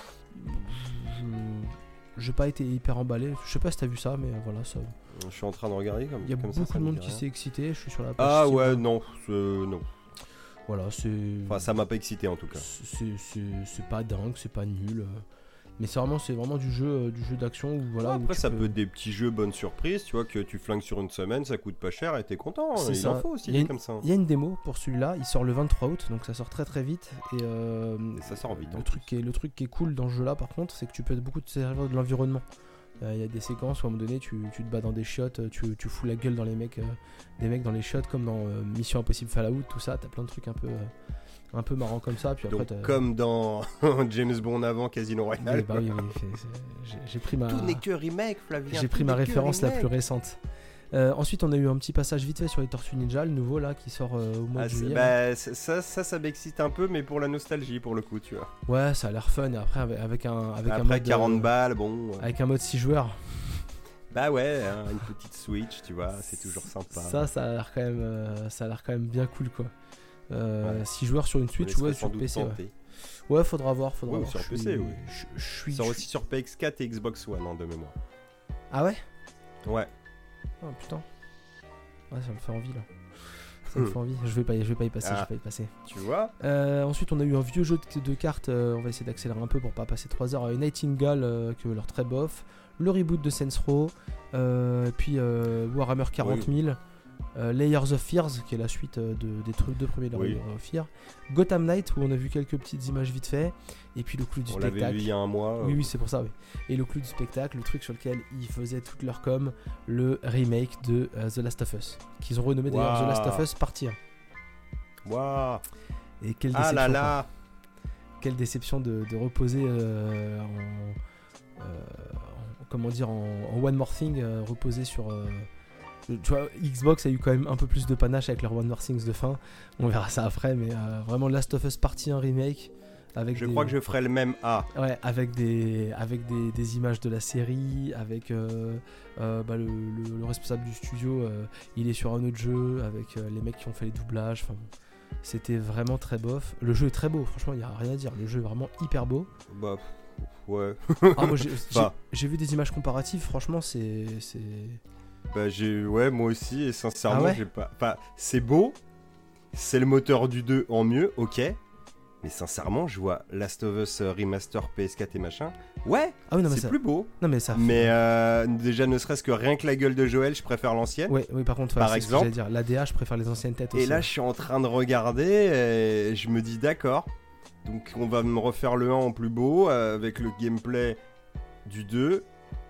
je, j'ai pas été hyper emballé. Je sais pas si t'as vu ça, mais voilà, ça. Je suis en train de regarder comme, Il y a comme ça, beaucoup ça de me monde dit qui rien. s'est excité. Je suis sur la page. Ah Steam. ouais, non, c'est- non. Voilà, c'est. Enfin, ça m'a pas excité en tout cas. C'est, c'est, c'est pas dingue, c'est pas nul. euh, Mais c'est vraiment, c'est vraiment du jeu, euh, du jeu d'action où voilà. où Après, tu ça peux- peut être des petits jeux bonne surprise, tu vois, que tu flingues sur une semaine, ça coûte pas cher et t'es content. C'est Il ça. en faut aussi Il y a des une- comme ça. Il y a une démo pour celui-là, il sort le vingt-trois août, donc ça sort très très vite. Et, euh, Et ça sort vite. le en truc qui est le truc qui est cool dans ce jeu-là, par contre, c'est que tu peux beaucoup te servir de l'environnement. Il euh, y a des séquences où à un moment donné tu, tu te bats dans des chiottes, tu, tu fous la gueule dans les mecs, euh, des mecs dans les chiottes comme dans euh, Mission Impossible Fallout, tout ça, t'as plein de trucs un peu, euh, un peu marrants comme ça. Puis après, Donc, comme dans James Bond avant Casino Royale. Oui, bah oui, oui, c'est, c'est, j'ai, j'ai pris ma... Tout n'est que remake, Flavien. J'ai pris ma référence la plus récente. Euh, ensuite, on a eu un petit passage vite fait sur les Tortues Ninja, le nouveau là qui sort euh, au mois ah, de juillet. Bah, ça, ça, ça m'excite un peu, mais pour la nostalgie, pour le coup, tu vois. Ouais, ça a l'air fun. Et après, avec un, avec après, un mode quarante euh, balles, bon. Avec un mode six joueurs. Bah ouais, hein, une petite Switch, tu vois, c'est toujours sympa. Ça, ça a l'air quand même, euh, ça a l'air quand même bien cool, quoi. Euh, ouais. six joueurs sur une Switch, ouais, sur P C. Ouais. ouais, faudra voir, faudra ouais, voir. Sur P C, oui. Je suis. Sort aussi sur P S quatre et Xbox One, hein, de mémoire. Ah ouais. Ouais. Oh putain. Ouais, ça me fait envie là. Ça me fait envie. Je vais pas, y, je vais pas y passer. Ah, je vais pas y passer. Tu vois. Euh, ensuite, on a eu un vieux jeu de, de cartes. Euh, on va essayer d'accélérer un peu pour pas passer trois heures. Nightingale, euh, qui a l'air très bof. Le reboot de Saints Row. Euh, et puis euh, Warhammer quarante mille. Oui. Euh, Layers of Fears, qui est la suite euh, de, des trucs deux premiers Layers oui. of Fear. Gotham Knight, où on a vu quelques petites images vite fait. Et puis le clou du on spectacle. On l'avait vu il y a un mois. Oui, oui, c'est pour ça, oui. Et le clou du spectacle, le truc sur lequel ils faisaient toute leur com, le remake de uh, The Last of Us, qu'ils ont renommé wow. d'ailleurs The Last of Us Partie un. Waouh. Et quelle déception. Ah là là. Quelle déception de, de reposer euh, en, euh, en, comment dire, en, en One More Thing, euh, reposer sur... Euh, tu vois, Xbox a eu quand même un peu plus de panache avec leur One More Things de fin. On verra ça après, mais euh, vraiment Last of Us Partie un remake. Avec je des... crois que je ferai le même A. Ouais, avec des, avec des, des images de la série, avec euh, euh, bah, le, le, le responsable du studio, euh, il est sur un autre jeu, avec euh, les mecs qui ont fait les doublages. Enfin, c'était vraiment très bof. Le jeu est très beau, franchement, il n'y a rien à dire. Le jeu est vraiment hyper beau. Bah, ouais. ah, moi, j'ai, j'ai, j'ai vu des images comparatives, franchement, c'est... c'est... Bah j'ai ouais moi aussi et sincèrement ah ouais j'ai pas enfin c'est beau, c'est le moteur du deux en mieux, OK. Mais sincèrement, je vois Last of Us Remaster P S quatre et machin. Ouais, ah oui, non, mais c'est ça... plus beau. Non mais ça. Mais euh, déjà ne serait-ce que rien que la gueule de Joël, je préfère l'ancienne. Ouais, oui, par contre, par c'est exemple, ce que j'allais dire. L'A D A, je préfère les anciennes têtes aussi. Et là, je suis en train de regarder et je me dis d'accord. Donc on va me refaire le un en plus beau avec le gameplay du deux.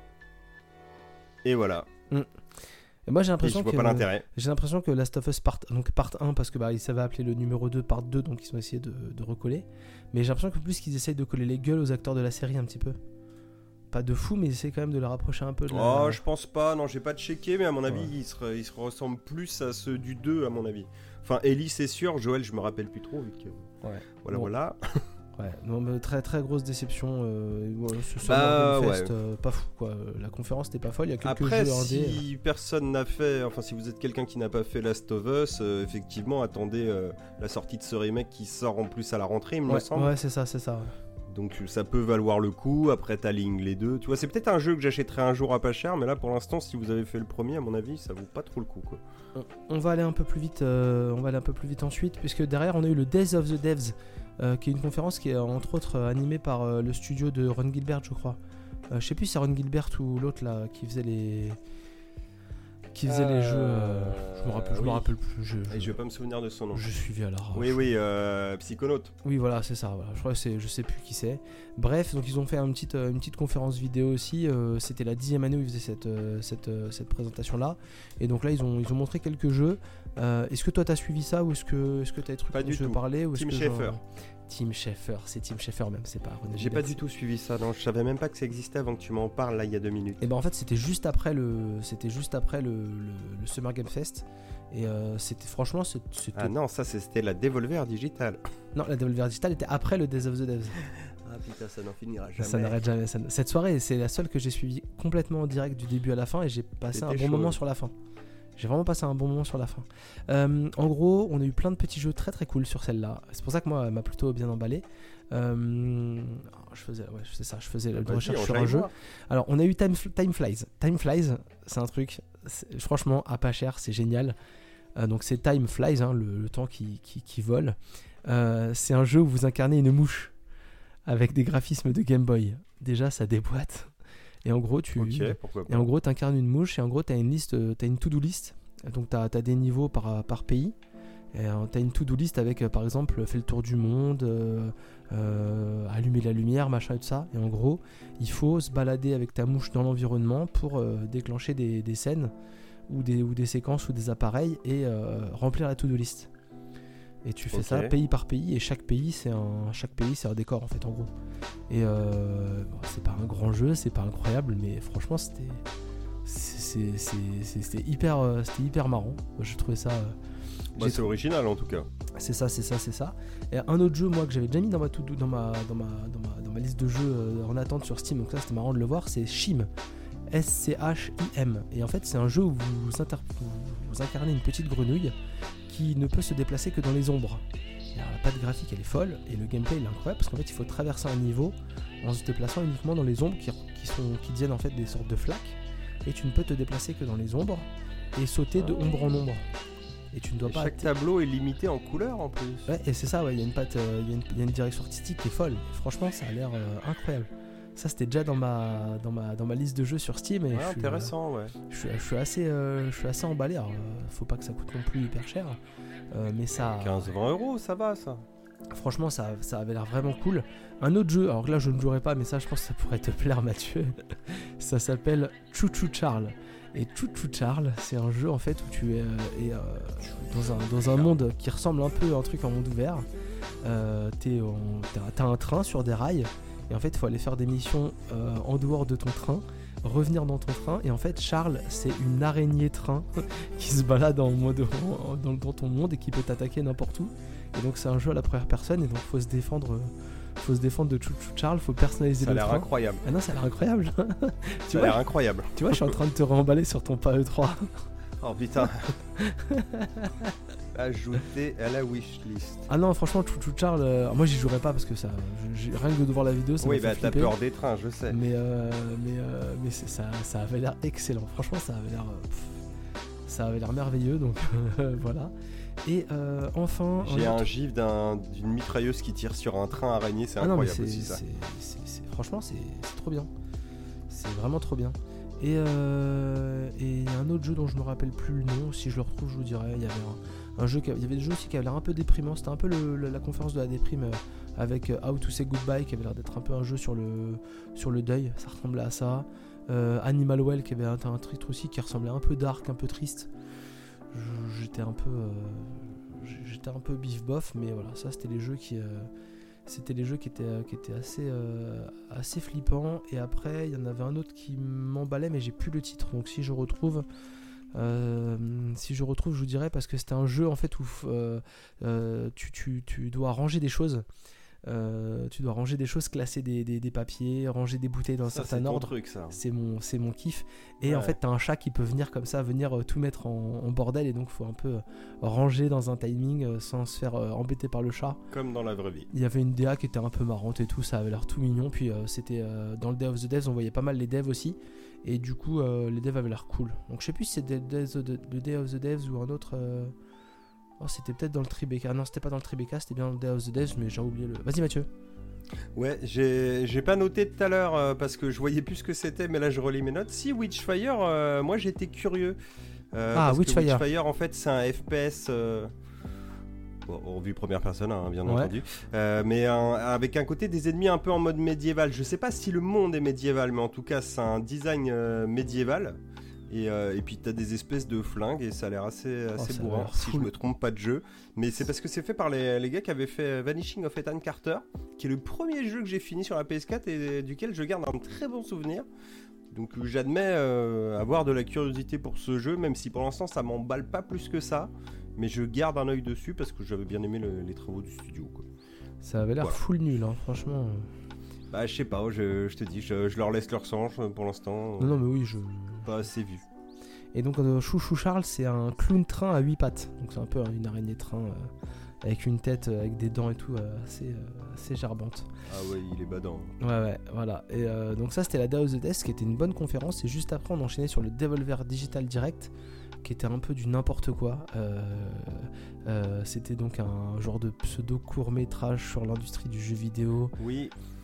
Et voilà. Mm. Et moi j'ai l'impression et je vois que pas l'intérêt. J'ai l'impression que Last of Us part donc part un parce que bah ils savaient appeler le numéro deux part deux, donc ils ont essayé de, de recoller. Mais j'ai l'impression que plus qu'ils essayent de coller les gueules aux acteurs de la série un petit peu. Pas de fou, mais ils essaient quand même de les rapprocher un peu de la... Oh, je pense pas, non, j'ai pas checké, mais à mon avis, ouais. ils, se, ils se ressemblent plus à ceux du deux, à mon avis. Enfin, Ellie, c'est sûr, Joël, je me rappelle plus trop, vu que... Ouais. Voilà, bon. voilà. Ouais, non, mais très très grosse déception. Euh, ouais, ce bah, Summer Game Fest, ouais. euh, pas fou quoi. La conférence n'était pas folle. Il y a quelques Après, jeux si indés. personne n'a fait, enfin si vous êtes quelqu'un qui n'a pas fait Last of Us, euh, effectivement, attendez euh, la sortie de ce remake qui sort en plus à la rentrée, il me ouais, semble. Ouais, c'est ça, c'est ça. Ouais. Donc ça peut valoir le coup. Après, t'alignes les deux. Tu vois, c'est peut-être un jeu que j'achèterai un jour à pas cher, mais là, pour l'instant, si vous avez fait le premier, à mon avis, ça vaut pas trop le coup, quoi. On, on va aller un peu plus vite. Euh, on va aller un peu plus vite ensuite, puisque derrière, on a eu le Days of the Devs. Euh, qui est une conférence qui est entre autres euh, animée par euh, le studio de Ron Gilbert, je crois. Euh, je sais plus si c'est Ron Gilbert ou l'autre là qui faisait les qui faisait euh... les jeux. Euh... Je me rappelle, je oui. me rappelle plus. Je, je... Et je vais pas me souvenir de son nom. Je suis vieux à l'arrache. Oui, oui, euh, Psychonaut. Oui, voilà, c'est ça. Voilà. Je crois que c'est, je sais plus qui c'est. Bref, donc ils ont fait une petite, une petite conférence vidéo aussi. Euh, c'était la dixième année où ils faisaient cette, euh, cette, euh, cette présentation là. Et donc là, ils ont, ils ont montré quelques jeux. Euh, est-ce que toi t'as suivi ça ou est-ce que, est-ce que t'as des trucs pas dont du tu veux tout. parler ou est-ce Tim que Schafer. Genre... Tim Schafer, c'est Tim Schafer même, c'est pas René. J'ai pas du tout suivi ça, non, je savais même pas que ça existait avant que tu m'en parles là il y a deux minutes. Et ben en fait c'était juste après le, c'était juste après le, le, le Summer Game Fest et euh, c'était franchement c'était. Ah non, ça c'était la Devolver Digital. Non, la Devolver Digital était après le Days of the Devs. Ah putain, ça n'en finira jamais. Ça n'arrête jamais. Ça... Cette soirée, c'est la seule que j'ai suivie complètement en direct du début à la fin et j'ai passé C'était un bon chaud. moment sur la fin. J'ai vraiment passé un bon moment sur la fin. Euh, en gros, on a eu plein de petits jeux très très cool sur celle-là. C'est pour ça que moi, elle m'a plutôt bien emballé. Euh, je faisais, ouais, c'est ça, je faisais une recherche sur un jeu. Alors, on a eu Time, Time Flies. Time Flies, c'est un truc, c'est, franchement, à pas cher, c'est génial. Euh, donc, c'est Time Flies, hein, le, le temps qui, qui, qui vole. Euh, c'est un jeu où vous incarnez une mouche avec des graphismes de Game Boy. Déjà, ça déboîte. Et en gros, tu okay, et en gros, t'incarnes une mouche et en gros, t'as une liste, t'as une to-do list. Donc, t'as, t'as des niveaux par, par pays. Et euh, t'as une to-do list avec, euh, par exemple, fais le tour du monde, euh, euh, allumer la lumière, machin et tout ça. Et en gros, il faut se balader avec ta mouche dans l'environnement pour euh, déclencher des, des scènes ou des, ou des séquences ou des appareils et euh, remplir la to-do list. Et tu fais okay. ça pays par pays, et chaque pays c'est un chaque pays c'est un décor en fait en gros. Et euh, bon, c'est pas un grand jeu, c'est pas incroyable, mais franchement c'était c'est, c'est, c'est, c'était hyper c'était hyper marrant. Je trouvais ça. Bah, c'est original en tout cas. C'est ça, c'est ça, c'est ça. Et un autre jeu moi que j'avais déjà mis dans ma to do, dans ma dans ma dans ma dans ma liste de jeux euh, en attente sur Steam, donc ça c'était marrant de le voir, c'est Schim. S C H I M. Et en fait c'est un jeu où vous, inter... vous incarnez une petite grenouille qui ne peut se déplacer que dans les ombres. Alors, la patte graphique elle est folle et le gameplay il est incroyable parce qu'en fait il faut traverser un niveau en se déplaçant uniquement dans les ombres qui, qui, sont, qui deviennent en fait des sortes de flaques, et tu ne peux te déplacer que dans les ombres et sauter de ombre en ombre. Et tu ne dois et pas. Chaque tableau est limité en couleurs en plus. Ouais, et c'est ça, ouais, il y a une patte, euh, il y a une, il y a une direction artistique qui est folle. Et franchement ça a l'air euh, incroyable. Ça c'était déjà dans ma, dans, ma, dans ma liste de jeux sur Steam. Et ouais, je suis, intéressant, euh, ouais. Je suis, je suis, assez, euh, je suis assez emballé. Alors, euh, faut pas que ça coûte non plus hyper cher. Euh, mais ça. quinze à vingt euros, ça va ça. Franchement, ça, ça avait l'air vraiment cool. Un autre jeu, alors là je ne jouerai pas, mais ça je pense que ça pourrait te plaire, Mathieu. Ça s'appelle Choo Choo Charles. Et Choo Choo Charles, c'est un jeu en fait où tu es, euh, es euh, dans, un, dans un monde qui ressemble un peu à un truc en monde ouvert. Euh, t'es en, t'as, t'as un train sur des rails. Et en fait, il faut aller faire des missions euh, en dehors de ton train, revenir dans ton train. Et en fait, Charles, c'est une araignée train qui se balade en mode, en, dans, dans ton monde et qui peut t'attaquer n'importe où. Et donc, c'est un jeu à la première personne. Et donc, il faut se défendre, euh, faut se défendre de Choo Choo Charles. Il faut personnaliser le train. Ça a l'air incroyable. Ah non, ça a l'air incroyable. Ça a l'air incroyable. Tu vois, je suis en train de te remballer sur ton P A E trois. Oh putain. Ajouter à la wishlist. Ah non, franchement, Choo Choo Charles, euh, moi j'y jouerai pas parce que ça, je, rien que de voir la vidéo, ça oui, m'a fait bah flipper. t'as peur des trains, je sais. Mais euh, mais euh, mais c'est, ça, ça avait l'air excellent. Franchement, ça avait l'air, euh, pff, ça avait l'air merveilleux. Donc euh, voilà. Et euh, enfin, j'ai un autre... gif d'un, d'une mitrailleuse qui tire sur un train araignée, c'est ah incroyable non, c'est, aussi ça. C'est, c'est, c'est, franchement, c'est, c'est trop bien. C'est vraiment trop bien. Et euh, et il y a un autre jeu dont je me rappelle plus le nom. Si je le retrouve, je vous dirai. Il y avait un, un jeu, qui, il y avait des jeux aussi qui avaient l'air un peu déprimant. C'était un peu le, le, la conférence de la déprime euh, avec How to Say Goodbye, qui avait l'air d'être un peu un jeu sur le sur le deuil. Ça ressemblait à ça. Euh, Animal Well, qui avait un, un titre aussi qui ressemblait un peu dark, un peu triste. Je, j'étais un peu euh, j'étais un peu bif bof, mais voilà, ça c'était les jeux qui euh, c'était les jeux qui étaient, qui étaient assez, euh, assez flippants. Et après, il y en avait un autre qui m'emballait, mais j'ai plus le titre. Donc si je retrouve, euh, si je retrouve, je vous dirai, parce que c'était un jeu en fait où euh, euh, tu, tu, tu dois ranger des choses. Euh, tu dois ranger des choses, classer des, des, des papiers, ranger des bouteilles dans un ça, certain c'est ordre. Ton truc, ça. C'est mon, c'est mon kiff. Et ouais. En fait, t'as un chat qui peut venir comme ça, venir euh, tout mettre en, en bordel, et donc faut un peu euh, ranger dans un timing euh, sans se faire euh, embêter par le chat. Comme dans la vraie vie. Il y avait une D A qui était un peu marrante et tout, ça avait l'air tout mignon. Puis euh, c'était euh, dans le Day of the Devs, on voyait pas mal les devs aussi. Et du coup, euh, les devs avaient l'air cool. Donc je sais plus si c'est le Day of the Devs ou un autre. Euh... Oh, c'était peut-être dans le Tribeca. Non, c'était pas dans le Tribeca, c'était bien dans le Day of the Devs, mais j'ai oublié le. Vas-y, Mathieu. Ouais, j'ai, j'ai pas noté tout à l'heure euh, parce que je voyais plus ce que c'était, mais là je relis mes notes. Si, Witchfire, euh, moi j'étais curieux. Euh, ah, parce Witchfire. Que Witchfire, en fait, c'est un F P S. Euh... Bon, en vue première personne, hein, bien ouais. entendu. Euh, mais un, avec un côté des ennemis un peu en mode médiéval. Je sais pas si le monde est médiéval, mais en tout cas, c'est un design euh, médiéval. Et, euh, et puis t'as des espèces de flingues et ça a l'air assez, assez oh, bourrin si je me trompe pas de jeu. Mais c'est parce que c'est fait par les, les gars qui avaient fait Vanishing of Ethan Carter, qui est le premier jeu que j'ai fini sur la P S quatre et duquel je garde un très bon souvenir. Donc j'admets euh, avoir de la curiosité pour ce jeu, même si pour l'instant ça m'emballe pas plus que ça. Mais je garde un œil dessus parce que j'avais bien aimé le, les travaux du studio, quoi. Ça avait l'air voilà. Full nul, hein, franchement. Bah je sais pas, je, je te dis, je, je leur laisse leur sang pour l'instant. Non, non, mais oui, je... Pas assez vu. Et donc euh, Choo Choo Charles, c'est un clown train à huit pattes. Donc c'est un peu une araignée train euh, avec une tête, euh, avec des dents et tout, euh, assez, euh, assez gerbante. Ah ouais, il est badant. Ouais, ouais, voilà. Et euh, donc ça, c'était la Day of the Devs, qui était une bonne conférence. Et juste après, on enchaînait sur le Devolver Digital Direct, qui était un peu du n'importe quoi. Euh, euh, c'était donc un genre de pseudo court-métrage sur l'industrie du jeu vidéo. Oui.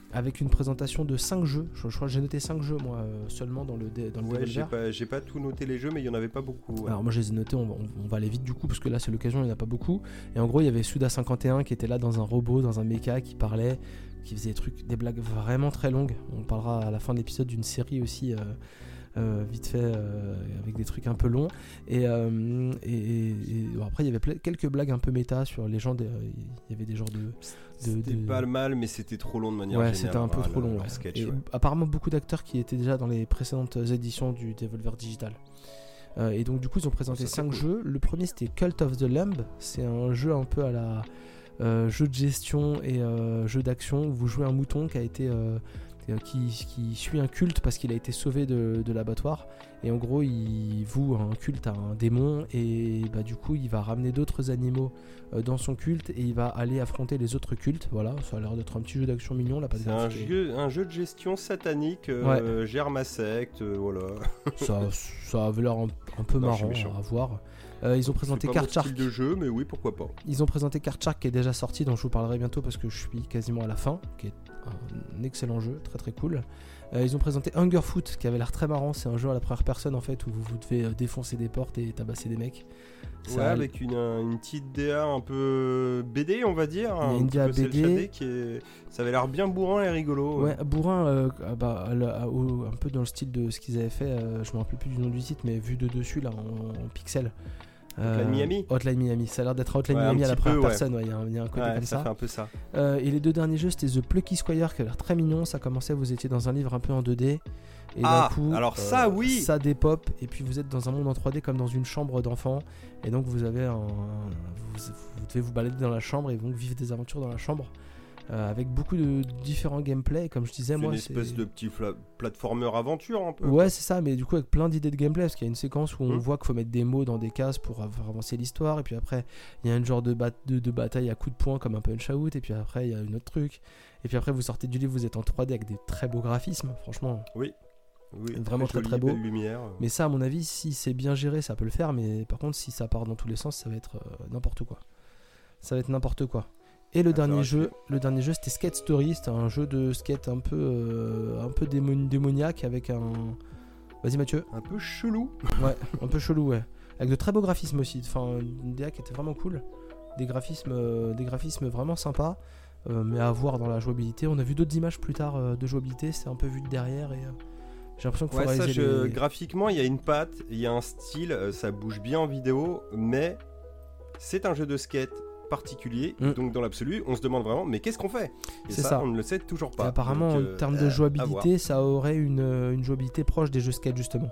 avec une présentation de cinq jeux. Je, je crois que j'ai noté cinq jeux moi euh, seulement dans le, dé, dans le ouais, Devolver. J'ai pas, j'ai pas tout noté les jeux, mais il y en avait pas beaucoup. Ouais. Alors moi je les ai notés, on, on, on va aller vite du coup parce que là c'est l'occasion, il n'y en a pas beaucoup. Et en gros il y avait Suda cinquante et un qui était là dans un robot, dans un mecha qui parlait, qui faisait des trucs, des blagues vraiment très longues. On parlera à la fin de l'épisode d'une série aussi euh, euh, vite fait euh, avec des trucs un peu longs. Et, euh, et, et, et bon, après il y avait pla- quelques blagues un peu méta sur les gens, de, il y avait des genres de... De, c'était de... pas le mal, mais c'était trop long de manière ouais, générale. C'était un peu ah, trop le, long. Ouais. Sketch, et ouais. Apparemment beaucoup d'acteurs qui étaient déjà dans les précédentes éditions du Devolver Digital. Euh, et donc du coup ils ont présenté cinq cool. jeux. Le premier c'était Cult of the Lamb. C'est un jeu un peu à la euh, jeu de gestion et euh, jeu d'action où vous jouez un mouton qui a été euh, qui, qui suit un culte parce qu'il a été sauvé de, de l'abattoir. Et en gros il voue un culte à un démon et bah, du coup il va ramener d'autres animaux euh, dans son culte et il va aller affronter les autres cultes. Voilà, ça a l'air d'être un petit jeu d'action mignon là, pas c'est un jeu, un jeu de gestion satanique, euh, ouais. Gère ma secte, euh, voilà. ça, ça avait l'air un, un peu non, marrant à voir. Euh, ils ont présenté Card Shark de jeu, mais oui, pourquoi pas. Ils ont présenté Card Shark qui est déjà sorti, dont je vous parlerai bientôt parce que je suis quasiment à la fin, qui est un excellent jeu, très très cool. Euh, ils ont présenté Hunger Foot qui avait l'air très marrant. C'est un jeu à la première personne en fait où vous, vous devez défoncer des portes et tabasser des mecs. Ça ouais, a... avec une, une petite D A un peu B D, on va dire. Il y a une D A B D qui est... Ça avait l'air bien bourrin et rigolo. Ouais, ouais bourrin, euh, bah, un peu dans le style de ce qu'ils avaient fait. Euh, je me rappelle plus du nom du titre, mais vu de dessus là en, en pixels. Hotline euh, Miami Hotline Miami, ça a l'air d'être Hotline ouais, Miami à la première peu, personne, il ouais. ouais, y, y a un côté ouais, comme ça. ça. Fait un peu ça. Euh, et les deux derniers jeux, c'était The Plucky Squire qui a l'air très mignon. Ça commençait, vous étiez dans un livre un peu en deux D. Et ah, d'un coup, alors ça, euh, oui ça dépop, et puis vous êtes dans un monde en trois D comme dans une chambre d'enfant. Et donc vous avez un. Vous, vous devez vous balader dans la chambre et donc vivre des aventures dans la chambre. Euh, avec beaucoup de différents gameplay, comme je disais, c'est moi une espèce c'est... de petit fla- platformer aventure un peu. Ouais, c'est ça, mais du coup avec plein d'idées de gameplay, parce qu'il y a une séquence où on mmh. voit qu'il faut mettre des mots dans des cases pour faire avancer l'histoire, et puis après il y a un genre de, bat- de, de bataille à coups de poing comme un Punch-Out, et puis après il y a un autre truc, et puis après vous sortez du livre, vous êtes en trois D avec des très beaux graphismes, franchement. Oui. Oui, vraiment très très, très beau. Lumière. Mais ça, à mon avis, si c'est bien géré, ça peut le faire, mais par contre, si ça part dans tous les sens, ça va être euh, n'importe quoi. Ça va être n'importe quoi. Et le, ah, dernier jeu, le dernier jeu, c'était Skate Story. C'était un jeu de skate un peu, euh, un peu démon- démoniaque avec un. Vas-y, Mathieu. Un peu chelou. Ouais, un peu chelou, ouais. Avec de très beaux graphismes aussi. Enfin, une D A qui était vraiment cool. Des graphismes, euh, des graphismes vraiment sympas. Euh, mais à voir dans la jouabilité. On a vu d'autres images plus tard euh, de jouabilité. C'est un peu vu de derrière et. Euh, j'ai l'impression qu'il faut ouais, réaliser ça, je... les... graphiquement, il y a une patte, il y a un style, euh, ça bouge bien en vidéo, mais c'est un jeu de skate particulier, mm. donc dans l'absolu, on se demande vraiment, mais qu'est-ce qu'on fait ? Et c'est ça, ça, on ne le sait toujours pas. Et apparemment, donc, euh, en termes de jouabilité, ça aurait une, une jouabilité proche des jeux skate, justement.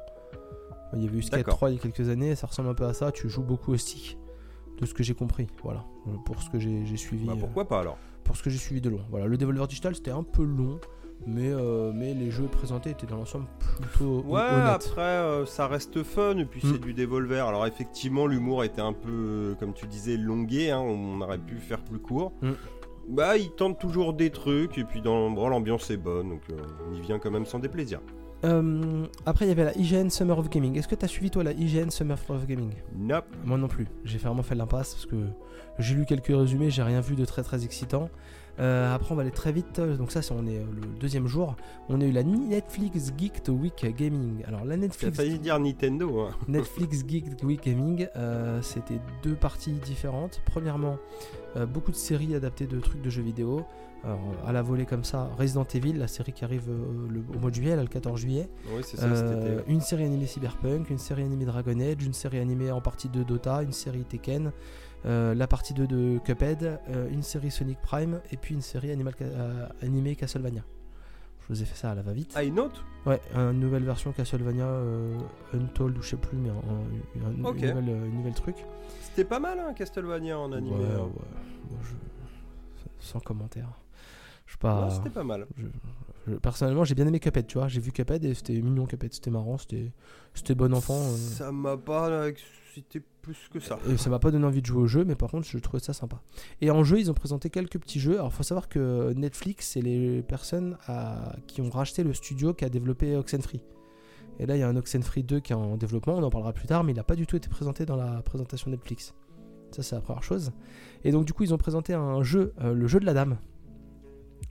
Il y avait eu Skate D'accord. trois il y a quelques années, ça ressemble un peu à ça, tu joues beaucoup au stick, de ce que j'ai compris, voilà, pour ce que j'ai, j'ai suivi. Bah, pourquoi euh, pas alors ? Pour ce que j'ai suivi de long. Voilà, le Devolver Digital, c'était un peu long. Mais, euh, mais les jeux présentés étaient dans l'ensemble plutôt ouais, honnêtes. Après, euh, ça reste fun, et puis mm. c'est du Devolver. Alors effectivement, l'humour était un peu, euh, comme tu disais, longué, hein, on aurait pu faire plus court. Mm. Bah, ils tentent toujours des trucs, et puis dans bon, l'ambiance est bonne, donc euh, on y vient quand même sans déplaisir. Euh, après, il y avait la I G N Summer of Gaming. Est-ce que tu as suivi, toi, la I G N Summer of Gaming ? Nope. Moi non plus. J'ai vraiment fait l'impasse, parce que j'ai lu quelques résumés, j'ai rien vu de très très excitant. Euh, après on va aller très vite, donc ça c'est, on est le deuxième jour. On a eu la Netflix Geek Week Gaming. Alors la Netflix... T'as failli dire Nintendo hein. Netflix Geek Week Gaming, euh, c'était deux parties différentes. Premièrement, euh, beaucoup de séries adaptées de trucs de jeux vidéo. Alors, à la volée comme ça, Resident Evil, la série qui arrive euh, le, au mois de juillet, là, le quatorze juillet. Oui, c'est ça, euh, c'était... Une série animée Cyberpunk, une série animée Dragon Age, une série animée en partie de Dota, une série Tekken, euh, la partie deux de Cuphead, euh, une série Sonic Prime, et puis une série animal, euh, animée Castlevania. Je vous ai fait ça à la va-vite. Ah, une autre ? Ouais, une nouvelle version Castlevania euh, Untold ou je sais plus, mais un, un, okay. une, nouvelle, une nouvelle truc. C'était pas mal, hein, Castlevania en animé. Ouais, hein. ouais. Moi, je... Sans commentaire. Je pas... Non, c'était pas mal. Je, je, personnellement, j'ai bien aimé Cuphead, tu vois. J'ai vu Cuphead et c'était mignon Cuphead, c'était marrant, c'était, c'était bon enfant. Euh... Ça m'a pas excité plus que ça. Et ça m'a pas donné envie de jouer au jeu, mais par contre, je trouvais ça sympa. Et en jeu, ils ont présenté quelques petits jeux. Alors, il faut savoir que Netflix, c'est les personnes à... qui ont racheté le studio qui a développé Oxenfree. Et là, il y a un Oxenfree deux qui est en développement, on en parlera plus tard, mais il n'a pas du tout été présenté dans la présentation Netflix. Ça, c'est la première chose. Et donc, du coup, ils ont présenté un jeu, euh, le jeu de la dame.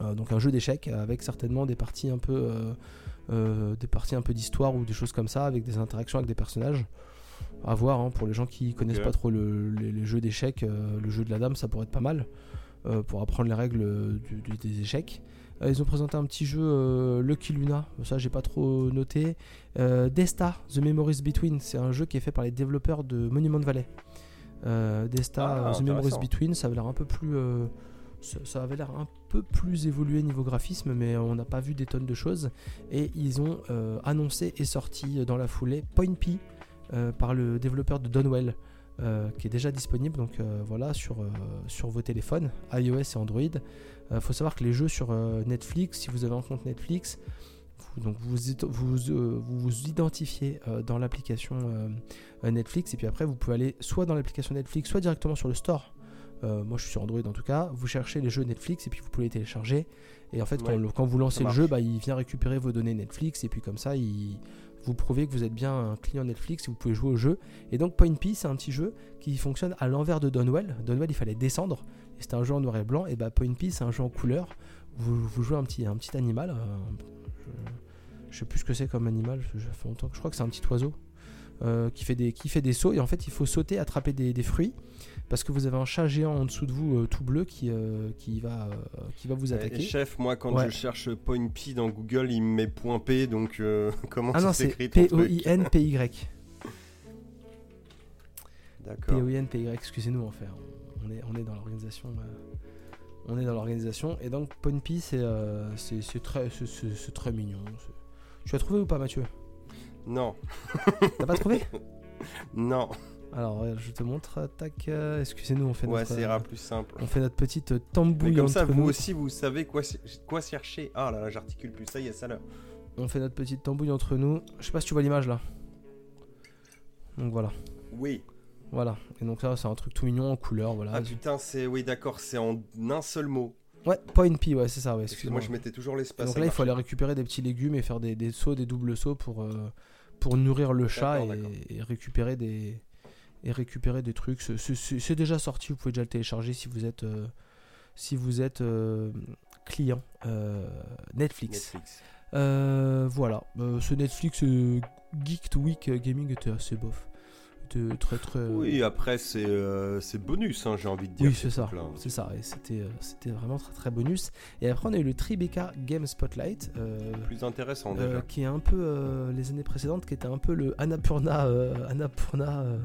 Euh, donc un jeu d'échecs avec certainement des parties un peu, euh, euh, des parties un peu d'histoire ou des choses comme ça, avec des interactions avec des personnages. À voir, hein, pour les gens qui connaissent okay. pas trop le, les, les jeux d'échecs, euh, le jeu de la dame, ça pourrait être pas mal euh, pour apprendre les règles du, du, des échecs. Euh, ils ont présenté un petit jeu euh, Lucky Luna, ça j'ai pas trop noté. Euh, Desta, The Memories Between, c'est un jeu qui est fait par les développeurs de Monument Valley. Euh, Desta, ah, The Memories Between, ça avait l'air un peu plus, euh, ça, ça avait l'air un peu plus évolué niveau graphisme, mais on n'a pas vu des tonnes de choses. Et ils ont euh, annoncé et sorti dans la foulée Point P. Euh, par le développeur de Donwell euh, qui est déjà disponible donc euh, voilà sur, euh, sur vos téléphones iOS et Android. Il euh, faut savoir que les jeux sur euh, Netflix, si vous avez un compte Netflix, vous, donc vous, vous, euh, vous vous identifiez euh, dans l'application euh, Netflix et puis après vous pouvez aller soit dans l'application Netflix soit directement sur le store. Euh, moi je suis sur Android en tout cas, vous cherchez les jeux Netflix et puis vous pouvez les télécharger et en fait ouais, quand, le, quand vous lancez le jeu bah, il vient récupérer vos données Netflix et puis comme ça il vous prouvez que vous êtes bien un client Netflix et vous pouvez jouer au jeu. Et donc Point P, c'est un petit jeu qui fonctionne à l'envers de Donwell. Donwell, il fallait descendre. Et c'était un jeu en noir et blanc. Et bah Point P, c'est un jeu en couleur. Vous, vous jouez un petit, un petit animal. Euh, je, je sais plus ce que c'est comme animal. Ça fait longtemps que je crois que c'est un petit oiseau euh, qui fait des, qui fait des sauts. Et en fait, il faut sauter, attraper des, des fruits. Parce que vous avez un chat géant en dessous de vous, euh, tout bleu, qui, euh, qui, va, euh, qui va vous attaquer. Et chef, moi, quand ouais. je cherche Point P dans Google, il me met point P, donc euh, comment ah ça s'écrit ton truc ? P O I N P Y. D'accord. P O I N P Y, excusez-nous, en fait. On est, on est dans l'organisation. Euh, on est dans l'organisation. Et donc, Point P, c'est, euh, c'est, c'est, très, c'est, c'est, c'est très mignon. C'est... Tu l'as trouvé ou pas, Mathieu ? Non. T'as pas trouvé ? Non. Alors, je te montre, tac, euh, excusez-nous, on fait ouais, notre... Ouais, ça ira plus simple. On fait notre petite tambouille. Mais comme ça, vous nous. aussi, vous savez quoi, quoi chercher. Ah là là, j'articule plus, ça y est, ça là. On fait notre petite tambouille entre nous. Je sais pas si tu vois l'image, là. Donc, voilà. Oui. Voilà, et donc là, c'est un truc tout mignon, en couleur, voilà. Ah putain, c'est... Oui, d'accord, c'est en un seul mot. Ouais, Point P, ouais, c'est ça, ouais. Excuse-moi, je mettais toujours l'espace. Donc là, il faut aller récupérer des petits légumes et faire des, des sauts, des doubles sauts pour, euh, pour nourrir le chat d'accord, et, d'accord. et récupérer des... et récupérer des trucs. C'est, c'est, c'est déjà sorti, vous pouvez déjà le télécharger si vous êtes, euh, si vous êtes euh, client euh, Netflix. Netflix. Euh, voilà, euh, ce Netflix euh, Geek Week Gaming était assez bof. Était très très. Euh... Oui, après c'est, euh, c'est bonus, hein, j'ai envie de dire. Oui, c'est ça, c'est ça. Et c'était, euh, c'était vraiment très très bonus. Et après, on a eu le Tribeca Game Spotlight. Euh, Plus intéressant déjà. Euh, qui est un peu euh, les années précédentes, qui était un peu le Annapurna, euh, Annapurna euh,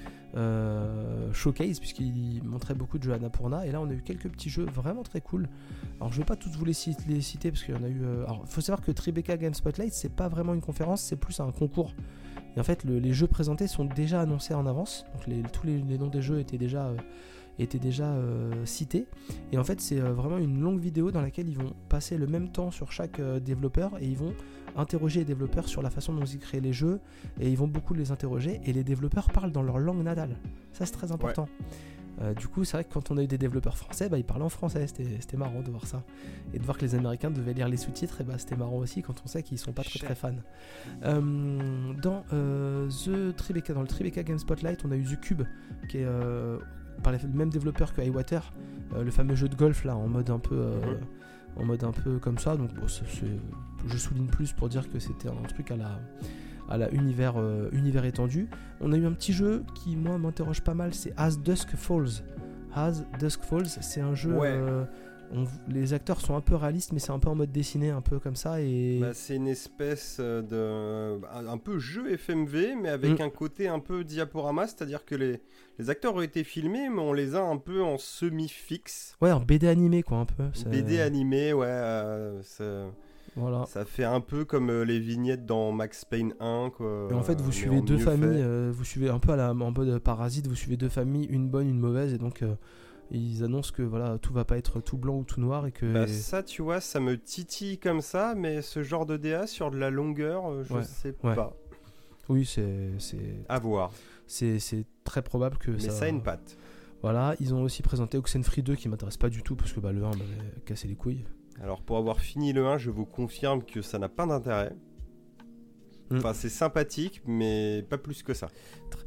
euh, Showcase, puisqu'il montrait beaucoup de jeux Annapurna. Et là, on a eu quelques petits jeux vraiment très cool. Alors, je vais pas tous vous les, citer, les citer parce qu'il y en a eu. Euh... Alors, il faut savoir que Tribeca Game Spotlight, c'est pas vraiment une conférence, c'est plus un concours. Et en fait, le, les jeux présentés sont déjà annoncés en avance. Donc, les, tous les, les noms des jeux étaient déjà. Euh, étaient déjà euh, cités et en fait c'est euh, vraiment une longue vidéo dans laquelle ils vont passer le même temps sur chaque euh, développeur et ils vont interroger les développeurs sur la façon dont ils créent les jeux et ils vont beaucoup les interroger et les développeurs parlent dans leur langue natale, ça c'est très important. Ouais. Euh, du coup c'est vrai que quand on a eu des développeurs français bah, ils parlaient en français, c'était, c'était marrant de voir ça et de voir que les Américains devaient lire les sous-titres et bah, c'était marrant aussi quand on sait qu'ils sont pas très très fans. Euh, dans, euh, The Tribeca, dans le Tribeca Game Spotlight on a eu The Cube qui est euh, par le même développeur que iWater, euh, le fameux jeu de golf là en mode un peu euh, mmh. en mode un peu comme ça, donc bon, c'est, c'est, je souligne plus pour dire que c'était un truc à la à la univers euh, univers étendu. On a eu un petit jeu qui moi m'interroge pas mal, c'est As Dusk Falls. As Dusk Falls, c'est un jeu ouais. euh, on, les acteurs sont un peu réalistes mais c'est un peu en mode dessiné, un peu comme ça et bah, c'est une espèce de un peu jeu F M V mais avec mmh. un côté un peu diaporama, c'est-à-dire que les les acteurs ont été filmés mais on les a un peu en semi-fixe. Ouais, en B D animé quoi un peu. C'est... B D animé, ouais. Euh, c'est... Voilà. Ça fait un peu comme euh, les vignettes dans Max Payne un quoi. Et en fait vous suivez deux familles, euh, vous suivez un peu à la, en mode Parasite, vous suivez deux familles, une bonne, une mauvaise et donc euh, ils annoncent que voilà tout va pas être tout blanc ou tout noir et que bah, ça tu vois ça me titille comme ça mais ce genre de D A sur de la longueur je ouais, sais ouais. pas. Oui c'est c'est à voir. C'est c'est très probable que mais ça. Mais ça a une patte. Voilà, ils ont aussi présenté Oxenfree deux qui m'intéresse pas du tout parce que bah le un m'avait cassé les couilles. Alors pour avoir fini le un, je vous confirme que ça n'a pas d'intérêt. Mmh. Enfin c'est sympathique mais pas plus que ça.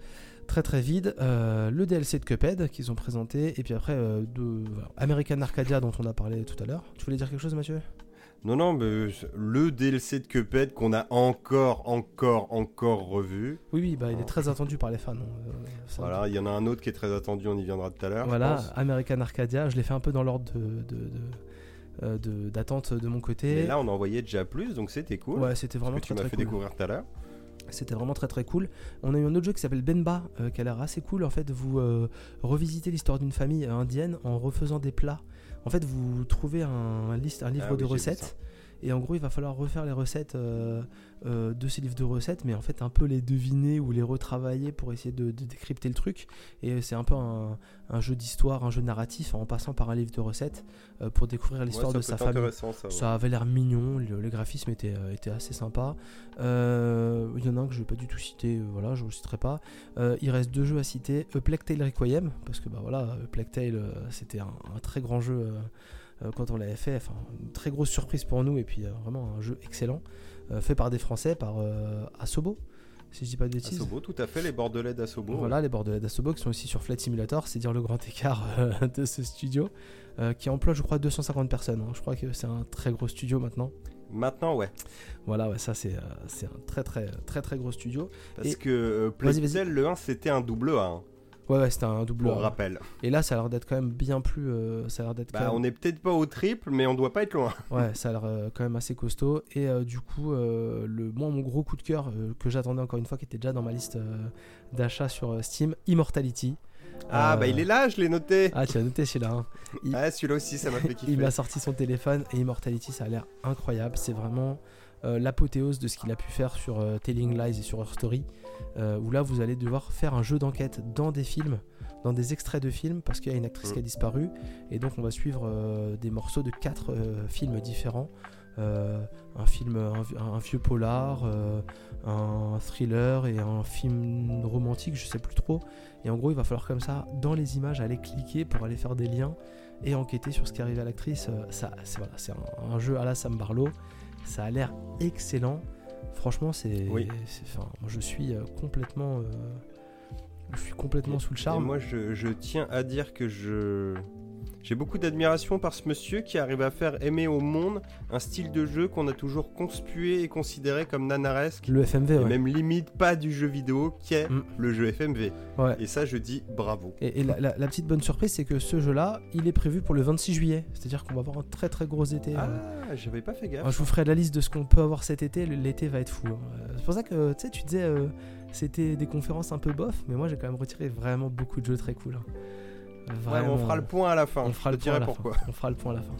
très très vide. Euh, le D L C de Cuphead qu'ils ont présenté, et puis après euh, de, voilà, American Arcadia dont on a parlé tout à l'heure. Tu voulais dire quelque chose, Mathieu ? Non, non, mais le D L C de Cuphead qu'on a encore, encore, encore revu. Oui, oui, bah, il est très attendu par les fans. Euh, voilà, il y en a un autre qui est très attendu, on y viendra tout à l'heure. Voilà, American Arcadia, je l'ai fait un peu dans l'ordre de, de, de, euh, de, d'attente de mon côté. Mais là, on en voyait déjà plus, donc c'était cool. Ouais, c'était vraiment très, tu m'as très fait cool. découvrir tout à l'heure. C'était vraiment très très cool. On a eu un autre jeu qui s'appelle Benba, euh, qui a l'air assez cool. En fait, vous euh, revisitez l'histoire d'une famille indienne en refaisant des plats. En fait, vous trouvez un, liste, un livre ah, oui, de recettes. Et en gros, il va falloir refaire les recettes euh, euh, de ces livres de recettes, mais en fait un peu les deviner ou les retravailler pour essayer de, de décrypter le truc. Et c'est un peu un, un jeu d'histoire, un jeu narratif en passant par un livre de recettes euh, pour découvrir l'histoire ouais, de sa famille. Ça, ouais. Ça avait l'air mignon, le, le graphisme était, euh, était assez sympa. Euh, il y en a un que je vais pas du tout citer, euh, voilà, je ne le citerai pas. Euh, il reste deux jeux à citer. A Plague Tale Requiem, parce que bah voilà, A Plague Tale euh, c'était un, un très grand jeu. Euh, quand on l'avait fait, enfin une très grosse surprise pour nous et puis euh, vraiment un jeu excellent euh, fait par des Français, par euh, Asobo, si je dis pas de bêtises. Asobo, tout à fait, les Bordelais d'Asobo. Voilà, ouais. les Bordelais d'Asobo qui sont aussi sur Flight Simulator, c'est dire le grand écart euh, de ce studio euh, qui emploie je crois deux cent cinquante personnes, hein. Je crois que c'est un très gros studio maintenant. Maintenant, ouais. Voilà, ouais, ça c'est, euh, c'est un très très très très gros studio. Parce et... que euh, Plague Tale, le un c'était un double A. Hein. Ouais, ouais, c'était un double. Pour rappel. Et là, ça a l'air d'être quand même bien plus. Euh, ça a l'air d'être. Bah, quand même... on est peut-être pas au triple, mais on doit pas être loin. Ouais, ça a l'air euh, quand même assez costaud. Et euh, du coup, euh, le, moi, mon gros coup de cœur euh, que j'attendais encore une fois, qui était déjà dans ma liste euh, d'achat sur euh, Steam, Immortality. Ah, euh... bah il est là, je l'ai noté. Ah, tu l'as noté celui-là. Hein. Il... Ah, celui-là aussi, ça m'a fait kiffer. Il m'a sorti son téléphone et Immortality, ça a l'air incroyable. C'est vraiment euh, l'apothéose de ce qu'il a pu faire sur euh, Telling Lies et sur Her Story. Euh, où là, vous allez devoir faire un jeu d'enquête dans des films. Dans des extraits de films, parce qu'il y a une actrice mmh. qui a disparu, et donc on va suivre euh, des morceaux de quatre euh, films différents, euh, un film, un, un vieux polar, euh, un thriller et un film romantique, je sais plus trop. Et en gros, il va falloir comme ça, dans les images, aller cliquer pour aller faire des liens et enquêter sur ce qui arrive à l'actrice. Ça, c'est, voilà, c'est un, un jeu à la Sam Barlow. Ça a l'air excellent. Franchement, c'est, oui. c'est, enfin, moi, je suis euh, complètement. Euh, Je suis complètement sous le charme. Et moi, je, je tiens à dire que je... j'ai beaucoup d'admiration par ce monsieur qui arrive à faire aimer au monde un style de jeu qu'on a toujours conspué et considéré comme nanaresque. Le F M V, et ouais. même limite pas du jeu vidéo, qui est mm. le jeu F M V. Ouais. Et ça, je dis bravo. Et, et la, la, la petite bonne surprise, c'est que ce jeu-là, il est prévu pour le vingt-six juillet. C'est-à-dire qu'on va avoir un très très gros été. Ah, euh... j'avais pas fait gaffe. Alors, je vous ferai la liste de ce qu'on peut avoir cet été. L'été va être fou. Hein. C'est pour ça que tu sais, tu disais... Euh... C'était des conférences un peu bof, mais moi j'ai quand même retiré vraiment beaucoup de jeux très cool. Hein. Vraiment, ouais, on fera le point à la fin. On fera je le te dirai point à la pourquoi. fin. On fera le point à la fin.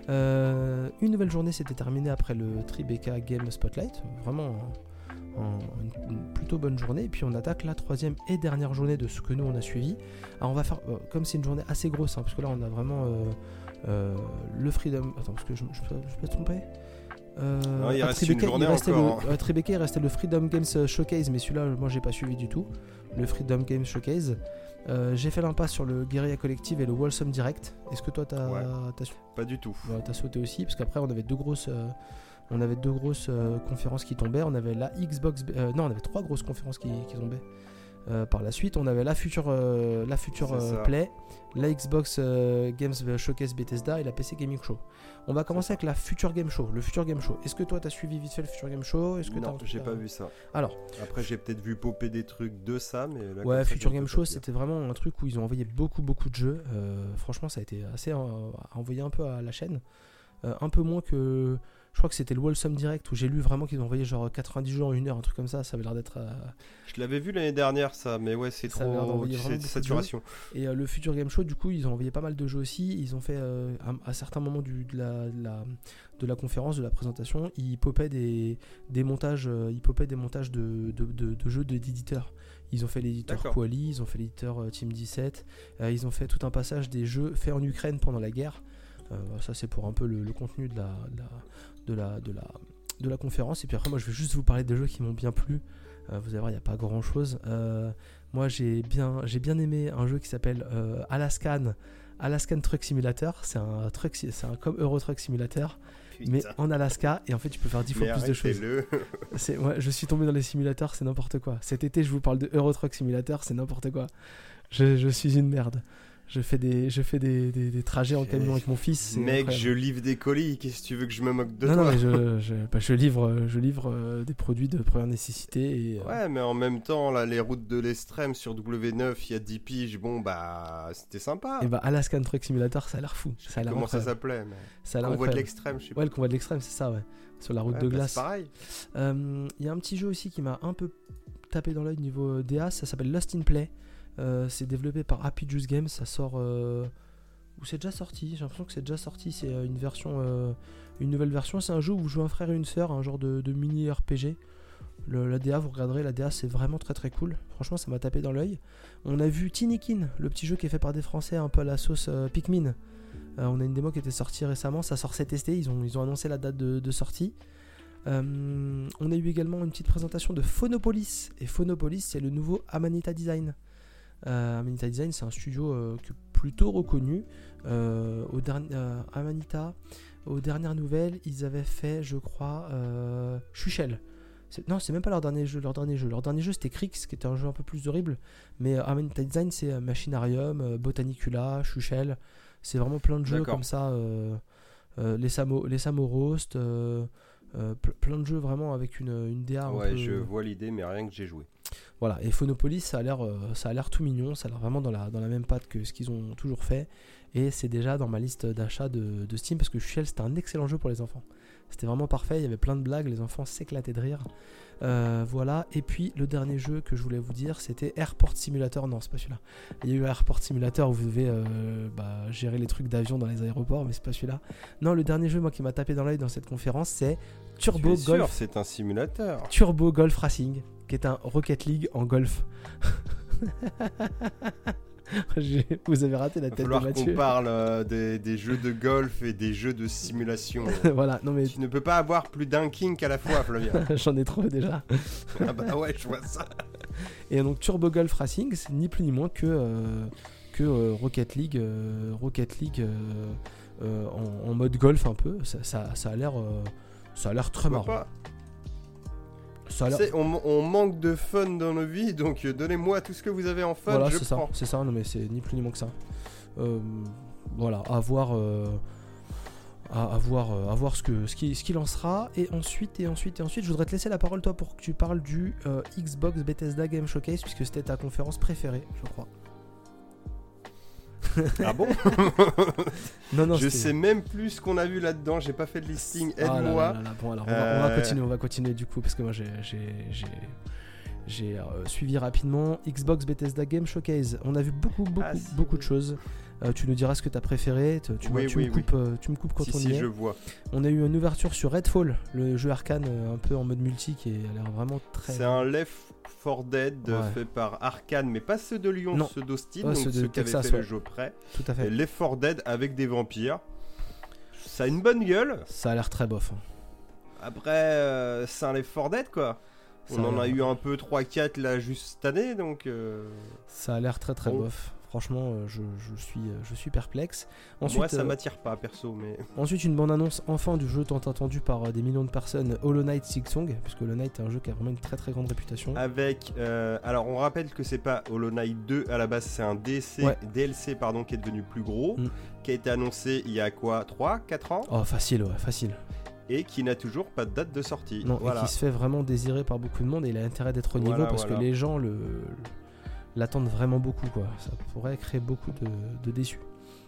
Euh, une nouvelle journée s'était terminée après le Tribeca Game Spotlight. Vraiment un, un, une, une plutôt bonne journée. Et puis on attaque la troisième et dernière journée de ce que nous on a suivi. Alors on va faire, euh, comme c'est une journée assez grosse, hein, parce que là on a vraiment euh, euh, le Freedom. Attends, parce que je, je, peux, je peux te tromper. Euh, non, il reste Tribeca, une journée il restait encore. Le, euh, Tribeca, il restait le Freedom Games Showcase, mais celui-là, moi, j'ai pas suivi du tout. Le Freedom Games Showcase. Euh, j'ai fait l'impasse sur le Guerrilla Collective et le Wholesome Direct. Est-ce que toi, t'as, ouais, t'as su... Pas du tout. Ouais, t'as sauté aussi, parce qu'après, on avait deux grosses, euh, on avait deux grosses euh, conférences qui tombaient. On avait la Xbox, euh, non, on avait trois grosses conférences qui, qui tombaient. Euh, par la suite, on avait la Future, euh, la Future euh, Play, la Xbox euh, Games Showcase Bethesda et la P C Gaming Show. On va commencer avec la Future Game Show. Le Future Game Show. Est-ce que toi, t'as suivi vite fait le Future Game Show? Est-ce que Non, t'as j'ai pas vu ça. Alors, après, j'ai peut-être vu popper des trucs de ça, mais là, ouais, ça, Future Game Show, c'était vraiment un truc où ils ont envoyé beaucoup, beaucoup de jeux. Euh, franchement, ça a été assez euh, envoyé un peu à la chaîne, euh, un peu moins que. Je crois que c'était le Wholesome Direct où j'ai lu vraiment qu'ils ont envoyé genre quatre-vingt-dix jeux en une heure, un truc comme ça. Ça avait l'air d'être. Euh... Je l'avais vu l'année dernière, ça, mais ouais, c'est ça trop. C'est saturation. Et euh, le Future Game Show, du coup, ils ont envoyé pas mal de jeux aussi. Ils ont fait, euh, à, à certains moments du, de, la, de, la, de la conférence, de la présentation, ils popaient des, des montages, euh, ils popaient des montages de, de, de, de jeux d'éditeurs. Ils ont fait l'éditeur Quali, ils ont fait l'éditeur euh, Team dix-sept. Euh, ils ont fait tout un passage des jeux faits en Ukraine pendant la guerre. Euh, ça, c'est pour un peu le, le contenu de la. De la De la, de, la, de la conférence. Et puis après, moi, je vais juste vous parler des jeux qui m'ont bien plu. Euh, vous allez voir, il n'y a pas grand chose. Euh, moi, j'ai bien, j'ai bien aimé un jeu qui s'appelle euh, Alaskan, Alaskan Truck Simulator. C'est un, truck, c'est un comme Euro Truck Simulator. mais en Alaska, et en fait tu peux faire dix fois mais plus de choses. C'est, ouais, je suis tombé dans les simulateurs, c'est n'importe quoi. Cet été, je vous parle de Euro Truck Simulator, c'est n'importe quoi. Je, je suis une merde. Je fais des, je fais des, des, des trajets en camion avec mon fils. C'est Mec, incroyable. Je livre des colis. Qu'est-ce que tu veux que je me moque de non, toi? Non, mais je, je, bah, je livre, je livre euh, des produits de première nécessité. Et, euh... Ouais, mais en même temps, là, les routes de l'extrême sur W neuf, il y a dix piges. Bon, bah, c'était sympa. Et bah, Alaskan Truck Simulator, ça a l'air fou. Ça a l'air Comment incroyable. ça s'appelait mais... Ça a l'air Convoi de l'extrême, je sais pas. Ouais, le convoi de l'extrême, c'est ça, ouais. Sur la route ouais, de bah, glace. C'est pareil. Il euh, y a un petit jeu aussi qui m'a un peu tapé dans l'œil niveau D A, ça s'appelle Lost in Play. Euh, c'est développé par Happy Juice Games, ça sort. Euh... Ou c'est déjà sorti, j'ai l'impression que c'est déjà sorti, c'est une version, euh, une nouvelle version, c'est un jeu où vous jouez un frère et une sœur, un genre de, de mini R P G. Le, la D A, vous regarderez, la D A c'est vraiment très très cool, franchement ça m'a tapé dans l'œil. On a vu Tinikin, le petit jeu qui est fait par des Français un peu à la sauce euh, Pikmin. Euh, on a une démo qui était sortie récemment, ça sort cet été, ils ont, ils ont annoncé la date de, de sortie. Euh, on a eu également une petite présentation de Phonopolis, et Phonopolis c'est le nouveau Amanita Design. Euh, Amanita Design, c'est un studio euh, que plutôt reconnu. Euh, au dernier, euh, Amanita, aux dernières nouvelles, ils avaient fait, je crois, euh, Chuchel. C'est, non, c'est même pas leur dernier jeu. Leur dernier jeu, leur dernier jeu c'était Crix, qui était un jeu un peu plus horrible. Mais euh, Amanita Design, c'est euh, Machinarium, euh, Botanicula, Chuchel. C'est vraiment plein de jeux D'accord. comme ça. Euh, euh, les Samo, les Samo Roast, euh, euh, plein de jeux vraiment avec une, une D A. Ouais, un peu... je vois l'idée, mais rien que j'ai joué. Voilà, et Phonopolis, ça a l'air, euh, ça a l'air tout mignon, ça a l'air vraiment dans la, dans la même patte que ce qu'ils ont toujours fait, et c'est déjà dans ma liste d'achat de, de Steam, parce que Shell, c'était un excellent jeu pour les enfants. C'était vraiment parfait, il y avait plein de blagues, les enfants s'éclataient de rire. Euh, voilà, et puis le dernier jeu que je voulais vous dire, c'était Airport Simulator. Non, c'est pas celui-là. Il y a eu Airport Simulator où vous devez euh, bah, gérer les trucs d'avion dans les aéroports, mais c'est pas celui-là. Non, le dernier jeu, moi, qui m'a tapé dans l'œil dans cette conférence, c'est Turbo tu es Golf. sûr, c'est un simulateur. Turbo Golf Racing, qui est un Rocket League en golf. Vous avez raté la tête de Mathieu. Il va falloir qu'on parle euh, des, des jeux de golf et des jeux de simulation. Voilà, non mais tu ne peux pas avoir plus d'un kink à la fois, Flavien. J'en ai trouvé déjà. Ah bah ouais, je vois ça. Et donc Turbo Golf Racing, c'est ni plus ni moins que euh, que euh, Rocket League, euh, Rocket League euh, euh, en, en mode golf un peu. Ça, ça, ça a l'air, euh, ça a l'air très marrant. Pas. Ça a l'air... on, on manque de fun dans nos vies, donc donnez-moi tout ce que vous avez en fun, voilà, je c'est prends. ça, c'est ça, non mais c'est ni plus ni moins que ça. Euh, voilà, à voir, euh, à, à voir, euh, à voir ce que ce qui, ce qui lancera. Et ensuite, et ensuite, et ensuite, je voudrais te laisser la parole toi pour que tu parles du euh, Xbox Bethesda Game Showcase, puisque c'était ta conférence préférée, je crois. Ah bon? Non, non, je c'était... sais même plus ce qu'on a vu là-dedans, j'ai pas fait de listing, aide-moi. Ah là là là, bon alors on, euh... va, on va continuer, on va continuer du coup, parce que moi j'ai, j'ai, j'ai, j'ai euh, suivi rapidement Xbox Bethesda Game Showcase. On a vu beaucoup, beaucoup, ah, si, beaucoup oui. de choses. Euh, tu nous diras ce que tu as préféré, tu, tu, oui, vois, tu, oui, me coupes, oui. euh, tu me coupes quand si, on si, y est. je vois. On a eu une ouverture sur Redfall, le jeu Arcane euh, un peu en mode multi qui a l'air vraiment très... C'est un Left four Dead ouais. fait par Arcane, mais pas ceux de Lyon, non. ceux d'Austin, ouais, donc ceux, de ceux qui avaient Texas, fait ouais. le jeu prêt. Tout à fait. Et Left four Dead avec des vampires. Ça a une bonne gueule. Ça a l'air très bof. Hein. Après, euh, c'est un Left four Dead quoi. Ça On a en a l'air... eu un peu trois quatre là juste cette année, donc... Euh... Ça a l'air très très bon. bof. Franchement, euh, je, je, suis, euh, je suis perplexe. Ensuite, Moi, ça euh, m'attire pas, perso, mais... Ensuite, une bande-annonce enfin du jeu tant attendu par euh, des millions de personnes, Hollow Knight Silksong, puisque Hollow Knight est un jeu qui a vraiment une très très grande réputation. Avec... Euh, alors, on rappelle que c'est pas Hollow Knight deux, à la base, c'est un D C, ouais. D L C pardon, qui est devenu plus gros, mm. qui a été annoncé il y a quoi, trois quatre ans? Oh, facile, ouais, facile. Et qui n'a toujours pas de date de sortie. Non, voilà. Et qui se fait vraiment désirer par beaucoup de monde, et il a intérêt d'être au niveau, voilà, parce voilà. que les gens le... l'attendent vraiment beaucoup, quoi. Ça pourrait créer beaucoup de, de déçus.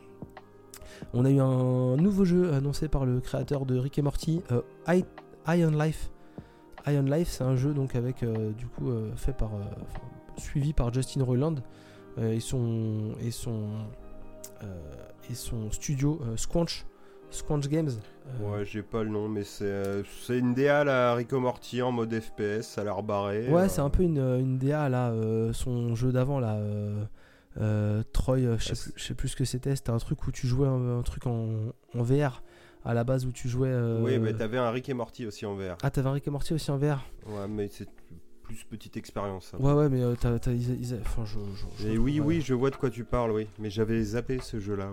On a eu un nouveau jeu annoncé par le créateur de Rick et Morty, euh, Iron Life. Iron Life, c'est un jeu donc avec euh, du coup euh, fait par, euh, suivi par Justin Roiland euh, et son et son euh, et son studio euh, Squanch. Squanch Games. Euh... Ouais, j'ai pas le nom, mais c'est, euh, c'est une D A la Rick et Morty en mode F P S, ça a l'air barré. Ouais, euh... c'est un peu une, une D A là, euh, son jeu d'avant là, euh, euh, Troy, euh, je sais plus, je sais plus ce que c'était, c'était un truc où tu jouais un, un truc en, en V R à la base où tu jouais. Euh... Oui, mais t'avais un Rick et Morty aussi en V R. Ah, t'avais un Rick et Morty aussi en V R. Ouais, mais c'est plus petite expérience. Ça. Ouais, ouais, mais euh, t'as, t'as, ils, ils, enfin, je, je, je et oui, ouais. oui, je vois de quoi tu parles, oui. Mais j'avais zappé ce jeu-là, ouais.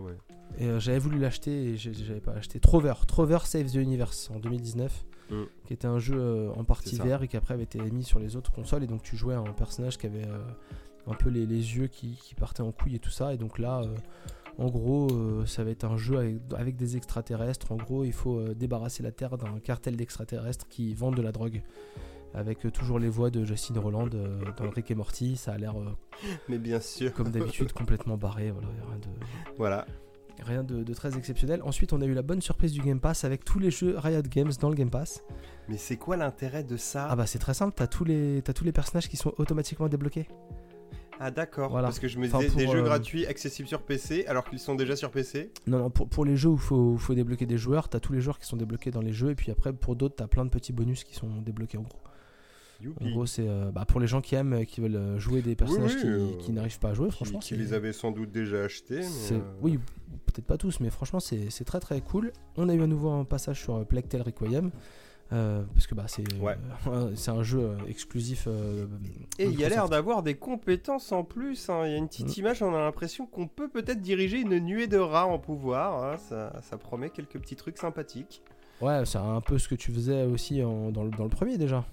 Et euh, j'avais voulu l'acheter et j'ai, j'avais pas acheté. Trover, Trover Save the Universe en deux mille dix-neuf, mm. qui était un jeu euh, en partie V R et qui après avait été mis sur les autres consoles. Et donc tu jouais un personnage qui avait euh, un peu les, les yeux qui, qui partaient en couille et tout ça. Et donc là, euh, en gros, euh, ça va être un jeu avec, avec des extraterrestres. En gros, il faut euh, débarrasser la Terre d'un cartel d'extraterrestres qui vendent de la drogue. Avec euh, toujours les voix de Justin Roiland euh, dans Rick et Morty. Ça a l'air, euh, mais bien sûr, comme d'habitude, complètement barré. Voilà, rien de... voilà. Rien de, de très exceptionnel. Ensuite, on a eu la bonne surprise du Game Pass avec tous les jeux Riot Games dans le Game Pass. Mais c'est quoi l'intérêt de ça ? Ah bah c'est très simple, t'as tous les, t'as tous les personnages qui sont automatiquement débloqués. Ah d'accord, voilà. Parce que je me enfin, disais pour, des euh... jeux gratuits accessibles sur P C alors qu'ils sont déjà sur P C. Non, non pour, pour les jeux où il faut, faut débloquer des joueurs, t'as tous les joueurs qui sont débloqués dans les jeux. Et puis après, pour d'autres, t'as plein de petits bonus qui sont débloqués en gros. Youpi. En gros, c'est euh, bah, pour les gens qui aiment, qui veulent jouer des personnages oui, oui, qui, euh, qui n'arrivent pas à jouer, franchement. Qui, qui les avaient sans doute déjà achetés. Mais euh... Oui, peut-être pas tous, mais franchement, c'est, c'est très très cool. On a eu à nouveau un passage sur euh, Plague Tale Requiem. Euh, parce que bah, c'est, ouais. euh, c'est un jeu euh, exclusif. Euh, Et il y a l'air d'avoir des compétences en plus. Hein. Il y a une petite mmh. image, on a l'impression qu'on peut peut-être diriger une nuée de rats en pouvoir. Hein. Ça, ça promet quelques petits trucs sympathiques. Ouais, c'est un peu ce que tu faisais aussi en, dans, le, dans le premier déjà.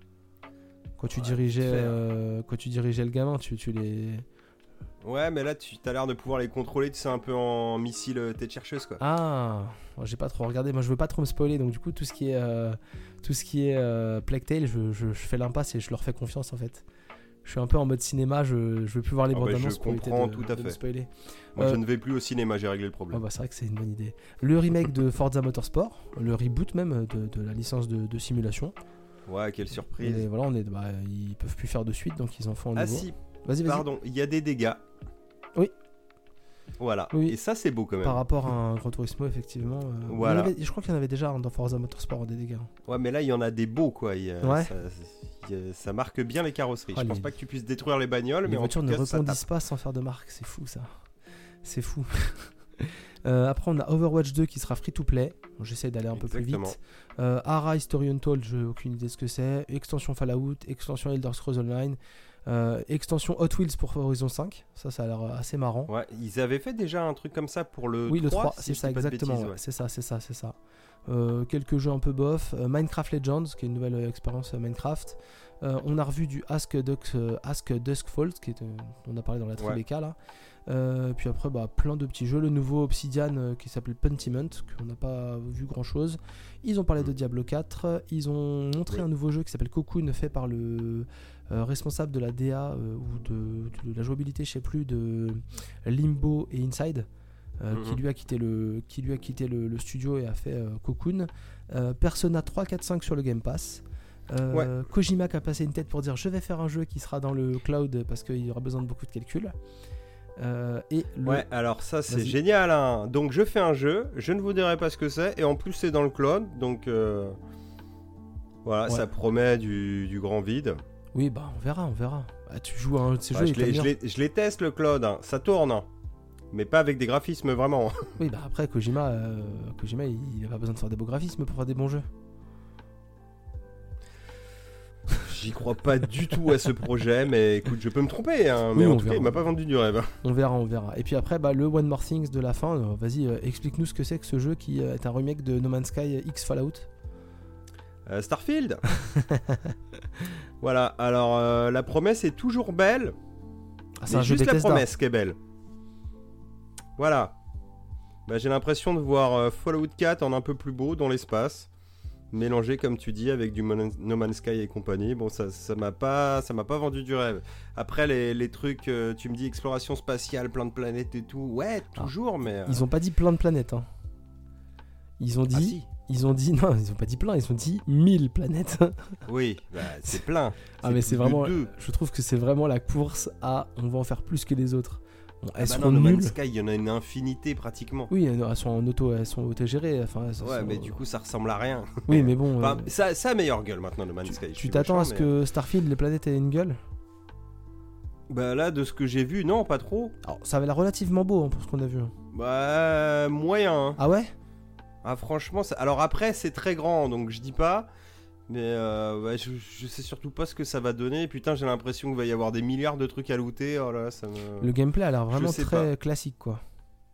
Quand tu, ouais, dirigeais, euh, quand tu dirigeais le gamin, tu, tu les... Ouais, mais là, tu as l'air de pouvoir les contrôler, tu sais, un peu en missile tête chercheuse, quoi. Ah, j'ai pas trop regardé. Moi, je veux pas trop me spoiler, donc du coup, tout ce qui est, euh, tout ce qui est euh, Plague Tale, je, je, je fais l'impasse et je leur fais confiance, en fait. Je suis un peu en mode cinéma, je, je veux plus voir les oh bandes bah annonces pour éviter de, tout à de fait. me spoiler. Moi, euh, je ne vais plus au cinéma, j'ai réglé le problème. Oh bah, c'est vrai que c'est une bonne idée. Le remake de Forza Motorsport, le reboot même de, de la licence de, de simulation. Ouais, quelle surprise. Et voilà, on est, bah, ils peuvent plus faire de suite, donc ils en font un nouveau. Ah si, vas-y, vas-y. Pardon, il y a des dégâts. Oui. Voilà, oui. Et ça c'est beau quand même. Par rapport à un Gran Turismo, effectivement. Euh, voilà. Avait, je crois qu'il y en avait déjà dans Forza Motorsport des dégâts. Ouais, mais là il y en a des beaux quoi. Il y a, ouais. ça, il y a, ça marque bien les carrosseries. Ah, je les... pense pas que tu puisses détruire les bagnoles, les mais voitures en tout ne cas, rebondissent pas sans faire de marque. C'est fou ça. C'est fou. euh, après on a Overwatch deux qui sera free to play. J'essaie d'aller un Exactement. peu plus vite. Euh, Ara History Untold, j'ai aucune idée de ce que c'est. Extension Fallout, extension Elder Scrolls Online. Euh, extension Hot Wheels pour Horizon cinq, ça ça a l'air assez marrant. Ouais, ils avaient fait déjà un truc comme ça pour le oui, trois, le trois, si c'est ça exactement, bêtises, ouais. Ouais. c'est ça, c'est ça, c'est ça. Euh, quelques jeux un peu bof, euh, Minecraft Legends qui est une nouvelle euh, expérience euh, Minecraft. Euh, on a revu du Ask, Dusk, euh, Ask Duskfall, qui est, euh, on a parlé dans la Tribeca ouais. là. Euh, puis après bah, plein de petits jeux, le nouveau Obsidian euh, qui s'appelle Pentiment, qu'on n'a pas vu grand chose. Ils ont parlé de Diablo quatre, ils ont montré oui. un nouveau jeu qui s'appelle Cocoon fait par le euh, responsable de la D A euh, ou de, de la jouabilité, je sais plus, de Limbo et Inside. Euh, mm-hmm. qui lui a quitté le, qui lui a quitté le, le studio et a fait euh, Cocoon. Euh, Persona trois, quatre, cinq sur le Game Pass. Euh, ouais. Kojima qui a passé une tête pour dire je vais faire un jeu qui sera dans le cloud parce qu'il y aura besoin de beaucoup de calculs. Euh, et le... Ouais, alors ça c'est Vas-y. génial. Hein. Donc je fais un jeu, je ne vous dirai pas ce que c'est, et en plus c'est dans le cloud, donc euh... voilà, ouais. ça promet du, du grand vide. Oui, bah on verra, on verra. Bah, tu joues à un de ces ouais, jeux. Je les, je, les, je les teste le cloud, hein. Ça tourne. Hein. Mais pas avec des graphismes vraiment. Oui, bah après Kojima, euh, Kojima il n'a pas besoin de faire des beaux graphismes pour faire des bons jeux. J'y crois pas du tout à ce projet, mais écoute, je peux me tromper, hein, oui, mais en tout verra. cas, il m'a pas vendu du rêve. On verra, on verra. Et puis après, bah, le One More Things de la fin, euh, vas-y, euh, explique-nous ce que c'est que ce jeu qui euh, est un remake de No Man's Sky X Fallout. Euh, Starfield. Voilà, alors euh, la promesse est toujours belle. Ah, c'est un jeu juste la promesse qui est belle. Voilà. Bah, j'ai l'impression de voir euh, Fallout quatre en un peu plus beau dans l'espace, mélangé comme tu dis avec du Mon- No Man's Sky et compagnie. Bon, ça, ça m'a pas, ça m'a pas vendu du rêve. Après les, les trucs, euh, tu me dis exploration spatiale, plein de planètes et tout. Ouais, toujours, ah, mais euh... ils ont pas dit plein de planètes. Hein. Ils ont dit. Ah, si. Ils ont dit non, ils ont pas dit plein, ils ont dit mille planètes. Oui, bah, c'est plein. Ah mais c'est vraiment, je trouve que c'est vraiment la course à on va en faire plus que les autres. Bon, elles ah bah seront non, nulles. No Man's Sky, il y en a une infinité pratiquement. Oui, elles sont en auto, elles sont autogérées. Enfin, elles ouais, sont... mais du coup, ça ressemble à rien. Oui, mais bon. Enfin, euh... ça, ça a meilleure gueule maintenant, No Man's tu, Sky. Tu t'attends méchant, à ce mais... que Starfield, les planètes aient une gueule ? Bah là, de ce que j'ai vu, non, pas trop. Alors, ça avait l'air relativement beau hein, pour ce qu'on a vu. Bah, moyen. Hein. Ah ouais ? Ah franchement, ça... alors après c'est très grand donc je dis pas, mais euh, ouais, je, je sais surtout pas ce que ça va donner. Putain, j'ai l'impression qu'il va y avoir des milliards de trucs à looter. Oh là, ça me... Le gameplay a l'air vraiment très pas. classique quoi.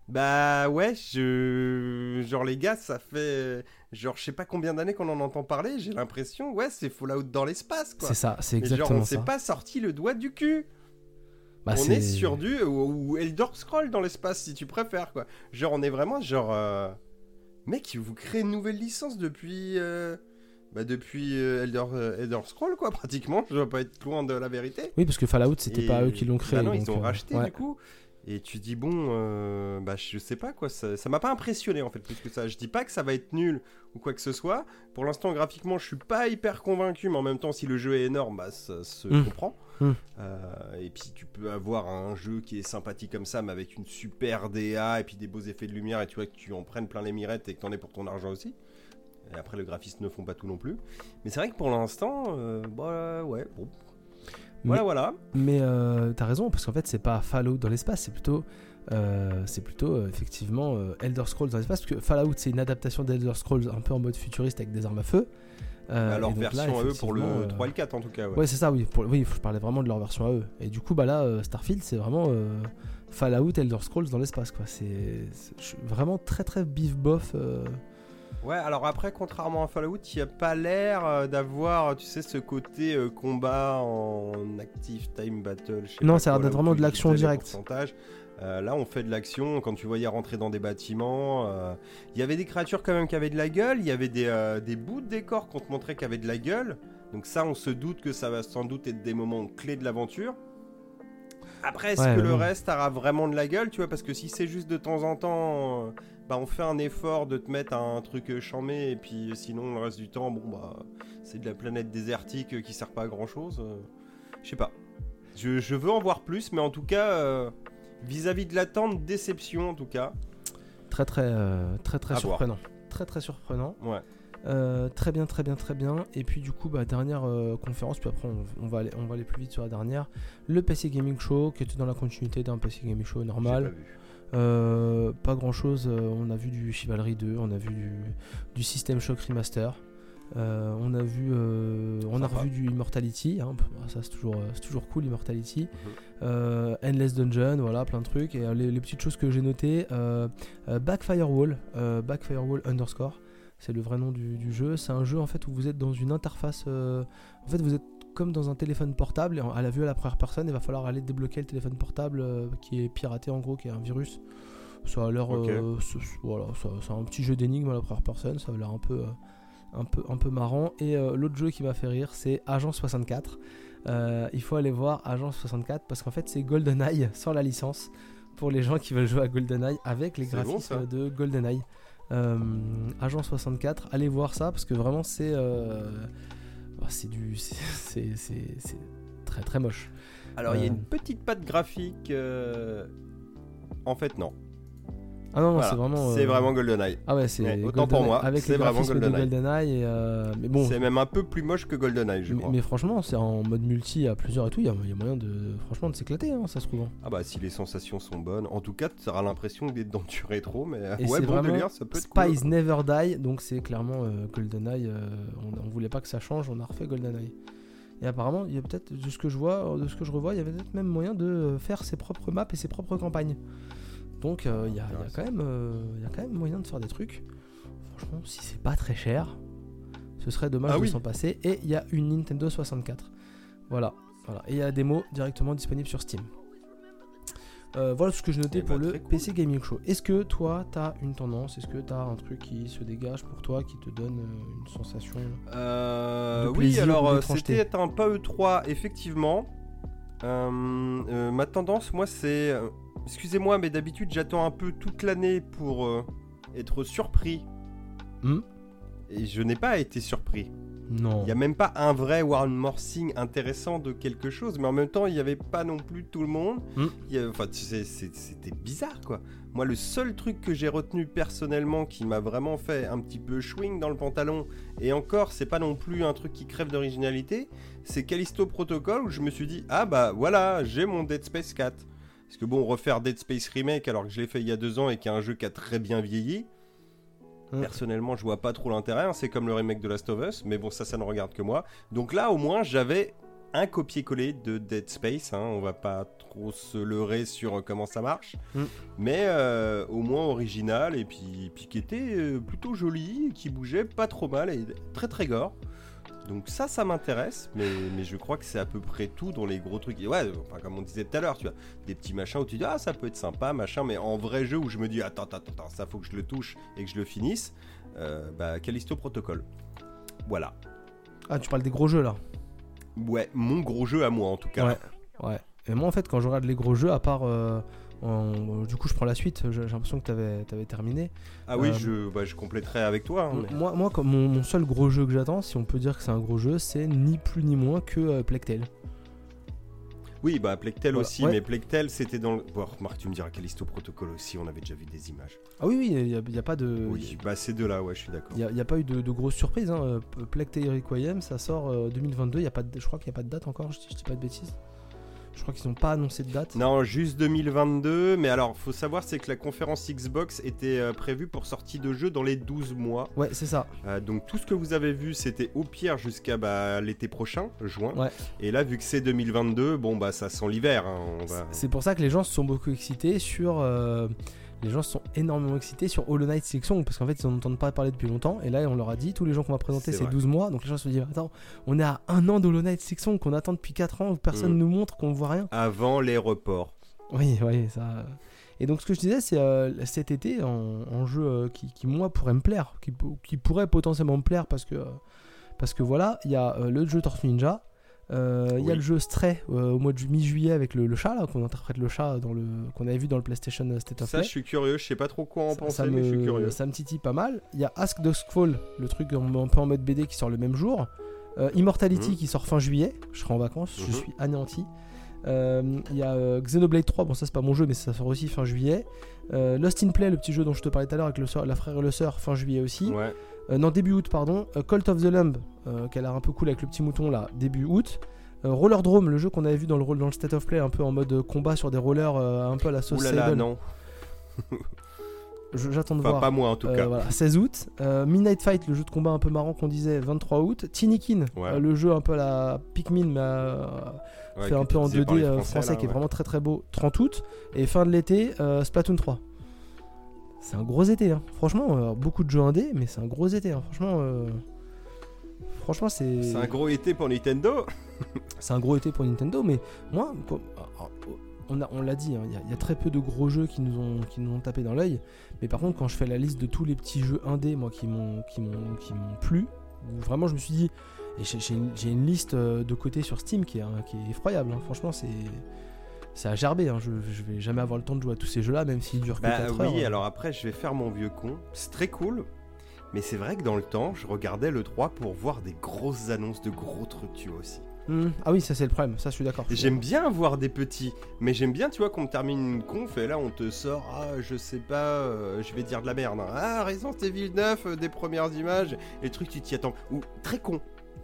Bah ouais, je... genre les gars, ça fait genre je sais pas combien d'années qu'on en entend parler, j'ai l'impression, ouais, c'est Fallout dans l'espace quoi. C'est ça, c'est Mais genre exactement on ça. s'est pas sorti le doigt du cul. Bah, on c'est... est sur du ou, ou Elder Scroll dans l'espace si tu préfères quoi. Genre on est vraiment genre euh... mec, vous créez une nouvelle licence depuis euh... bah depuis euh, Elder euh, Elder Scroll quoi pratiquement, je dois pas être loin de la vérité. Oui, parce que Fallout, c'était Et... pas eux qui l'ont créé. Bah non, donc, ils ont euh, racheté ouais. du coup. Et tu dis bon, euh, bah je sais pas quoi, ça, ça m'a pas impressionné en fait plus que ça. Je dis pas que ça va être nul ou quoi que ce soit. Pour l'instant graphiquement je suis pas hyper convaincu, mais en même temps si le jeu est énorme, bah ça se Mm. comprend. Mm. Euh, et puis tu peux avoir un jeu qui est sympathique comme ça, mais avec une super D A et puis des beaux effets de lumière et tu vois que tu en prennes plein les mirettes et que t'en aies pour ton argent aussi. Et après le graphiste ne font pas tout non plus. Mais c'est vrai que pour l'instant, euh, bah ouais bon. Voilà, mais, voilà. Mais euh, t'as raison, parce qu'en fait, c'est pas Fallout dans l'espace, c'est plutôt, euh, c'est plutôt euh, effectivement euh, Elder Scrolls dans l'espace, parce que Fallout, c'est une adaptation d'Elder Scrolls un peu en mode futuriste avec des armes à feu. Euh, leur et donc version là, à eux pour le effectivement, euh, trois et le quatre en tout cas. Ouais, Ouais, c'est ça, oui. Pour, oui, je parlais vraiment de leur version à eux. Et du coup, bah là, euh, Starfield, c'est vraiment euh, Fallout, Elder Scrolls dans l'espace, quoi. C'est, c'est je suis vraiment très très bif bof. Euh... Ouais, alors après, contrairement à Fallout, il n'y a pas l'air euh, d'avoir, tu sais, ce côté euh, combat en active time battle. Je sais Non, pas ça a l'air quoi, d'être là, où vraiment tu de l'action utilisais les directe. pourcentages. Euh, là, on fait de l'action. Quand tu voyais rentrer dans des bâtiments, euh, il y avait des créatures quand même qui avaient de la gueule. Il y avait des, euh, des bouts de décor qu'on te montrait qui avaient de la gueule. Donc ça, on se doute que ça va sans doute être des moments clés de l'aventure. Après, est-ce Ouais, que ouais, le ouais. reste aura vraiment de la gueule, tu vois? Parce que si c'est juste de temps en temps, euh, bah on fait un effort de te mettre un truc chambé, et puis sinon le reste du temps, bon bah c'est de la planète désertique qui sert pas à grand chose. Euh, je sais pas. Je, je veux en voir plus, mais en tout cas, euh, vis-à-vis de l'attente, déception en tout cas. Très très euh, très très À surprenant. Très très surprenant. Ouais. Euh, très bien, très bien, très bien. Et puis du coup, bah, dernière euh, conférence, puis après on, on, va aller, on va aller plus vite sur la dernière. Le P C Gaming Show, qui était dans la continuité d'un P C Gaming Show J'ai normal. pas vu. Euh, pas grand chose, euh, on a vu du Chivalry deux, on a vu du, du System Shock Remaster. Euh, on a vu, euh, on a Sympa. revu du Immortality, hein, ça c'est toujours, euh, c'est toujours cool Immortality. Mhm. Euh, Endless Dungeon, voilà, plein de trucs. Et euh, les, les petites choses que j'ai notées, euh, euh, Backfirewall, euh, Backfirewall underscore, c'est le vrai nom du, du jeu. C'est un jeu en fait où vous êtes dans une interface, euh, en fait vous êtes comme dans un téléphone portable, et à la vue à la première personne, il va falloir aller débloquer le téléphone portable euh, qui est piraté en gros, qui est un virus. Ça a l'air, Ok. euh, c'est, voilà, ça- c'est un petit jeu d'énigmes à la première personne, ça a l'air un peu, euh, un peu, un peu marrant. Et euh, l'autre jeu qui m'a fait rire, c'est Agent soixante-quatre. Euh, il faut aller voir Agent soixante-quatre parce qu'en fait c'est GoldenEye sans la licence pour les gens qui veulent jouer à GoldenEye avec les C'est bon, graphismes ça. de GoldenEye. Euh, Agent soixante-quatre, allez voir ça parce que vraiment c'est, euh, oh, c'est du, c'est, c'est, c'est, c'est très très moche. Alors il y a Euh. une petite patte graphique. euh, En fait, non. Ah non, non Voilà. c'est vraiment, euh, C'est vraiment GoldenEye. ah ouais, c'est Ouais, autant GoldenEye, pour moi, avec c'est les vraiment graphismes de GoldenEye. GoldenEye et euh, mais bon. C'est même un peu plus moche que GoldenEye, je Mais, crois. mais franchement, c'est en mode multi à plusieurs et tout, il y, a- il y a moyen de, franchement, de s'éclater, hein, ça se trouve. Ah bah si les sensations sont bonnes, en tout cas tu auras l'impression d'être dans du rétro, mais euh, Et ouais c'est bon vraiment délire, ça peut être Spies cool. Never Die, donc c'est clairement euh, GoldenEye. euh, on, on voulait pas que ça change, on a refait GoldenEye. Et apparemment, il y a peut-être, de ce que je vois, de ce que je revois, il y avait peut-être même moyen de euh, faire ses propres maps et ses propres campagnes. Donc euh, il y, a, il y a quand même, euh, il y a quand même moyen de faire des trucs. Franchement, si c'est pas très cher, ce serait dommage Ah de oui. s'en passer. Et il y a une Nintendo soixante-quatre. Voilà, voilà. Et il y a la démo directement disponible sur Steam. Euh, voilà tout ce que je notais Eh pour bah, le très cool. P C Gaming Show. Est-ce que toi, t'as une tendance? Est-ce que t'as un truc qui se dégage pour toi, qui te donne euh, une sensation? Euh, de oui, plaisir alors ou euh, d'étrangeté. c'était un pas E trois, effectivement. Euh, euh, ma tendance, moi, c'est... euh, excusez-moi, mais d'habitude, j'attends un peu toute l'année pour euh, être surpris. Hmm Et je n'ai pas été surpris. Non. Il n'y a même pas un vrai One More Thing intéressant de quelque chose, mais en même temps, il n'y avait pas non plus tout le monde. Mm. Il y avait- Enfin, tu sais, c'est- c'était bizarre, quoi. Moi, le seul truc que j'ai retenu personnellement qui m'a vraiment fait un petit peu chewing dans le pantalon, et encore, c'est pas non plus un truc qui crève d'originalité, c'est Callisto Protocol où je me suis dit, ah bah voilà, j'ai mon Dead Space quatre. Parce que bon, refaire Dead Space Remake alors que je l'ai fait il y a deux ans et qu'il y a un jeu qui a très bien vieilli, Mm. personnellement, je vois pas trop l'intérêt. Hein. C'est comme le remake de Last of Us, mais bon, ça, ça ne regarde que moi. Donc là, au moins, j'avais un copier-coller de Dead Space, hein, on va pas trop se leurrer sur comment ça marche, mm. mais euh, au moins original, et puis, puis qui était euh, plutôt joli, qui bougeait pas trop mal, et très très gore. Donc ça, ça m'intéresse, mais, mais je crois que c'est à peu près tout dans les gros trucs. Et ouais, enfin, comme on disait tout à l'heure, tu vois, des petits machins où tu dis, ah, ça peut être sympa, machin, mais en vrai jeu où je me dis, attends, attends, attends, ça faut que je le touche et que je le finisse, euh, bah, Callisto Protocol. Voilà. Ah, tu parles des gros jeux, là? Ouais, mon gros jeu à moi, en tout cas. Ouais, ouais. Et moi, en fait, quand je regarde les gros jeux, à part... Euh... En... Du coup, je prends la suite. J'ai l'impression que tu avais terminé. Ah oui, euh... je, bah, je compléterai avec toi. Hein, mais... Moi, moi comme mon, mon seul gros jeu que j'attends, si on peut dire que c'est un gros jeu, c'est ni plus ni moins que euh, Plague Tale. Oui, bah Plague Tale voilà. aussi, ouais. mais Plague Tale c'était dans le. Bon, remarque, tu me diras Callisto Protocol aussi, on avait déjà vu des images. Ah oui, oui, il n'y a, y a pas de. Oui, bah ces deux-là, ouais, je suis d'accord. Il n'y a, a pas eu de, de grosses surprises. Hein. Plague Tale Requiem, ça sort euh, deux mille vingt-deux. Y a pas de, je crois qu'il n'y a pas de date encore, je, je dis pas de bêtises. Je crois qu'ils n'ont pas annoncé de date. Non, juste deux mille vingt-deux. Mais alors, faut savoir, c'est que la conférence Xbox était euh, prévue pour sortie de jeu dans les douze mois. Ouais, c'est ça. Euh, donc tout ce que vous avez vu, c'était au pire jusqu'à bah, l'été prochain, juin. Ouais. Et là, vu que c'est deux mille vingt-deux, bon bah ça sent l'hiver. Hein, on va... C'est pour ça que les gens se sont beaucoup excités sur. Euh... Les gens se sont énormément excités sur Hollow Knight Silksong parce qu'en fait ils n'en entendent pas parler depuis longtemps et là on leur a dit tous les gens qu'on va présenter c'est, c'est douze mois donc les gens se disent attends on est à un an d'Hollow Knight Silksong qu'on attend depuis quatre ans où personne mmh. nous montre qu'on voit rien avant les reports. Oui oui ça et donc ce que je disais c'est euh, cet été en, en jeu euh, qui, qui moi pourrait me plaire qui, qui pourrait potentiellement me plaire parce que euh, parce que voilà il y a euh, le jeu Tortue Ninja. Il euh, oui. y a le jeu Stray euh, au mois de mi-juillet avec le, le chat là, qu'on interprète le chat dans le, qu'on avait vu dans le PlayStation State of Play. Ça je suis curieux, je sais pas trop quoi en ça, penser ça mais me, je suis curieux. Ça me titille pas mal. Il y a Ask Duskfall, le truc un peu en mode B D qui sort le même jour. euh, Immortality mmh. qui sort fin juillet, je serai en vacances, mmh. je suis anéanti. Il euh, y a euh, Xenoblade trois, bon ça c'est pas mon jeu mais ça sort aussi fin juillet. euh, Lost in Play, le petit jeu dont je te parlais tout à l'heure avec le soeur, la frère et le sœur, fin juillet aussi. Ouais. Euh, non début août pardon. euh, Cult of the Lamb euh, qui a l'air un peu cool avec le petit mouton là, début août. Euh, Rollerdrome, le jeu qu'on avait vu dans le, dans le State of Play, un peu en mode combat sur des rollers, euh, un peu à la sauce Oulala, Sable. non. Je, j'attends de enfin, voir. Pas moi en tout euh, cas. Voilà, seize août. Euh, Midnight Fight, le jeu de combat un peu marrant qu'on disait, vingt-trois août. Tinikin, ouais. euh, le jeu un peu à la Pikmin, mais euh, ouais, fait un peu en deux D euh, français, français là, qui ouais. est vraiment très très beau. trente août. Et fin de l'été, euh, Splatoon trois. C'est un gros été, hein. Franchement, euh, beaucoup de jeux indés, mais c'est un gros été, hein. Franchement. Euh... Franchement, c'est. C'est un gros été pour Nintendo. C'est un gros été pour Nintendo, mais moi, on, a, on l'a dit, il hein, y, y a très peu de gros jeux qui nous ont, qui nous ont tapé dans l'œil. Mais par contre, quand je fais la liste de tous les petits jeux indés, moi, qui m'ont, qui m'ont, qui m'ont plu, vraiment, je me suis dit, et j'ai, j'ai, une, j'ai une liste de côté sur Steam qui est, hein, qui est effroyable. Hein. Franchement, c'est. C'est à gerber, hein. je, je vais jamais avoir le temps de jouer à tous ces jeux-là, même s'ils durent que bah, quatre oui, heures. Oui, hein. alors après, je vais faire mon vieux con. C'est très cool. Mais c'est vrai que dans le temps, je regardais le trois pour voir des grosses annonces de gros trucs, tu vois aussi. Mmh. Ah oui, ça c'est le problème, ça je suis d'accord. J'aime bien voir des petits, mais j'aime bien, tu vois, qu'on me termine une conf et là on te sort, ah je sais pas, euh, je vais dire de la merde. Hein. Ah, Resident Evil neuf, euh, des premières images, et le truc tu t'y attends. Ou très con.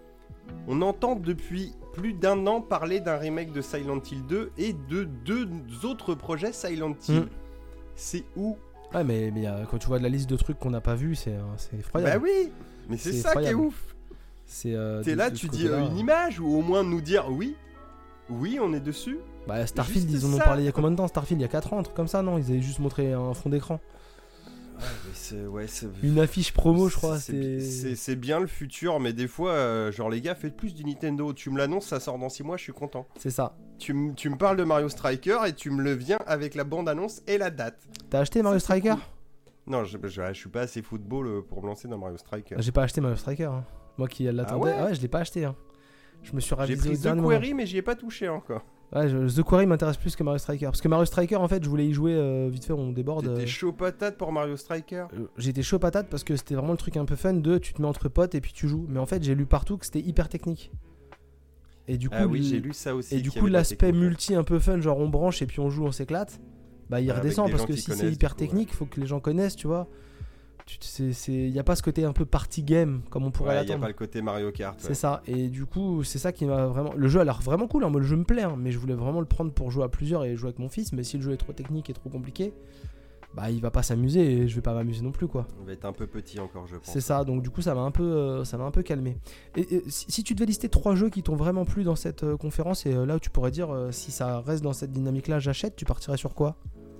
On entend depuis plus d'un an parler d'un remake de Silent Hill deux et de deux autres projets Silent Hill. Mmh. C'est où ? Ouais, mais, mais euh, quand tu vois de la liste de trucs qu'on n'a pas vu, c'est, euh, c'est effroyable. Bah oui, mais c'est, c'est ça effroyable. Qui est ouf. C'est, euh, T'es de, là, de tu dis euh, une image ou au moins nous dire oui, oui, on est dessus. Bah Starfield, ils en ont parlé il y a combien de temps Starfield, il y a quatre ans, un truc comme ça, non ? Ils avaient juste montré un fond d'écran. Ouais, mais c'est, ouais, c'est... Une affiche promo, je crois. C'est, c'est... C'est, c'est bien le futur, mais des fois, euh, genre les gars, faites plus du Nintendo. Tu me l'annonces, ça sort dans six mois, je suis content. C'est ça. Tu, m- tu me parles de Mario Striker et tu me le viens avec la bande-annonce et la date. T'as acheté Mario ça, Striker ? Non, je, je, je suis pas assez football pour me lancer dans Mario Striker. J'ai pas acheté Mario Striker. Hein. Moi qui l'attendais, ah ouais, ouais, je l'ai pas acheté. Hein. Je me suis ravisé. J'ai pris The Quarry, mais j'y ai pas touché encore. Ouais, je, The Quarry m'intéresse plus que Mario Striker. Parce que Mario Striker, en fait, je voulais y jouer euh, vite fait, on déborde. T'étais euh... chaud patate pour Mario Striker euh, J'étais chaud patate parce que c'était vraiment le truc un peu fun de tu te mets entre potes et puis tu joues. Mais en fait, j'ai lu partout que c'était hyper technique. Et du coup, ah oui, le... j'ai lu ça aussi. Et du coup, l'aspect multi un peu fun, genre on branche et puis on joue, on s'éclate. Bah, il ouais, redescend parce que si c'est hyper coup, technique, ouais. faut que les gens connaissent, tu vois. Il n'y a pas ce côté un peu party game comme on pourrait ouais, l'attendre. Il n'y a pas le côté Mario Kart. Ouais. C'est ça. Et du coup, c'est ça qui m'a vraiment. Le jeu a l'air vraiment cool. Hein. Moi, le jeu me plaît, hein, mais je voulais vraiment le prendre pour jouer à plusieurs et jouer avec mon fils. Mais si le jeu est trop technique et trop compliqué, bah il va pas s'amuser et je vais pas m'amuser non plus quoi. Il va être un peu petit encore, je pense. C'est ça, donc du coup ça m'a un peu, euh, ça m'a un peu calmé. Et, et si, si tu devais lister trois jeux qui t'ont vraiment plu dans cette euh, conférence, et euh, là où tu pourrais dire euh, si ça reste dans cette dynamique-là, j'achète, tu partirais sur quoi?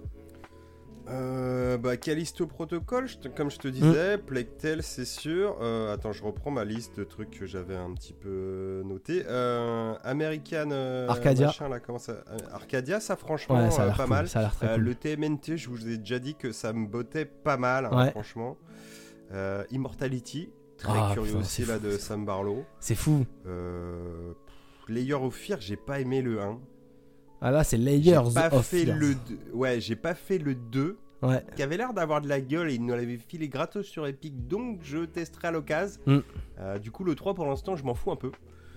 Euh, bah, Callisto Protocol, je te- comme je te disais, mm. Plague Tale, c'est sûr. Euh, attends, je reprends ma liste de trucs que j'avais un petit peu noté. Euh, American euh, Arcadia. Machin, là, comment ça... Arcadia, ça franchement, ouais, ça a euh, l'air pas cool, mal. Ça a l'air très euh, cool. Le T M N T, je vous ai déjà dit que ça me bottait pas mal, hein, ouais. franchement. Euh, Immortality, très ah, curieux putain, aussi là fou, de Sam Barlow. C'est fou. Euh, pff, Layer of Fear, j'ai pas aimé le un. Ah là, c'est Layers j'ai pas of fait Fear. le deux. Ouais, j'ai pas fait le deux. Ouais. Qui avait l'air d'avoir de la gueule et il nous l'avait filé gratos sur Epic, donc je testerai à l'occasion. Mm. Euh, du coup, le trois pour l'instant, je m'en fous un peu.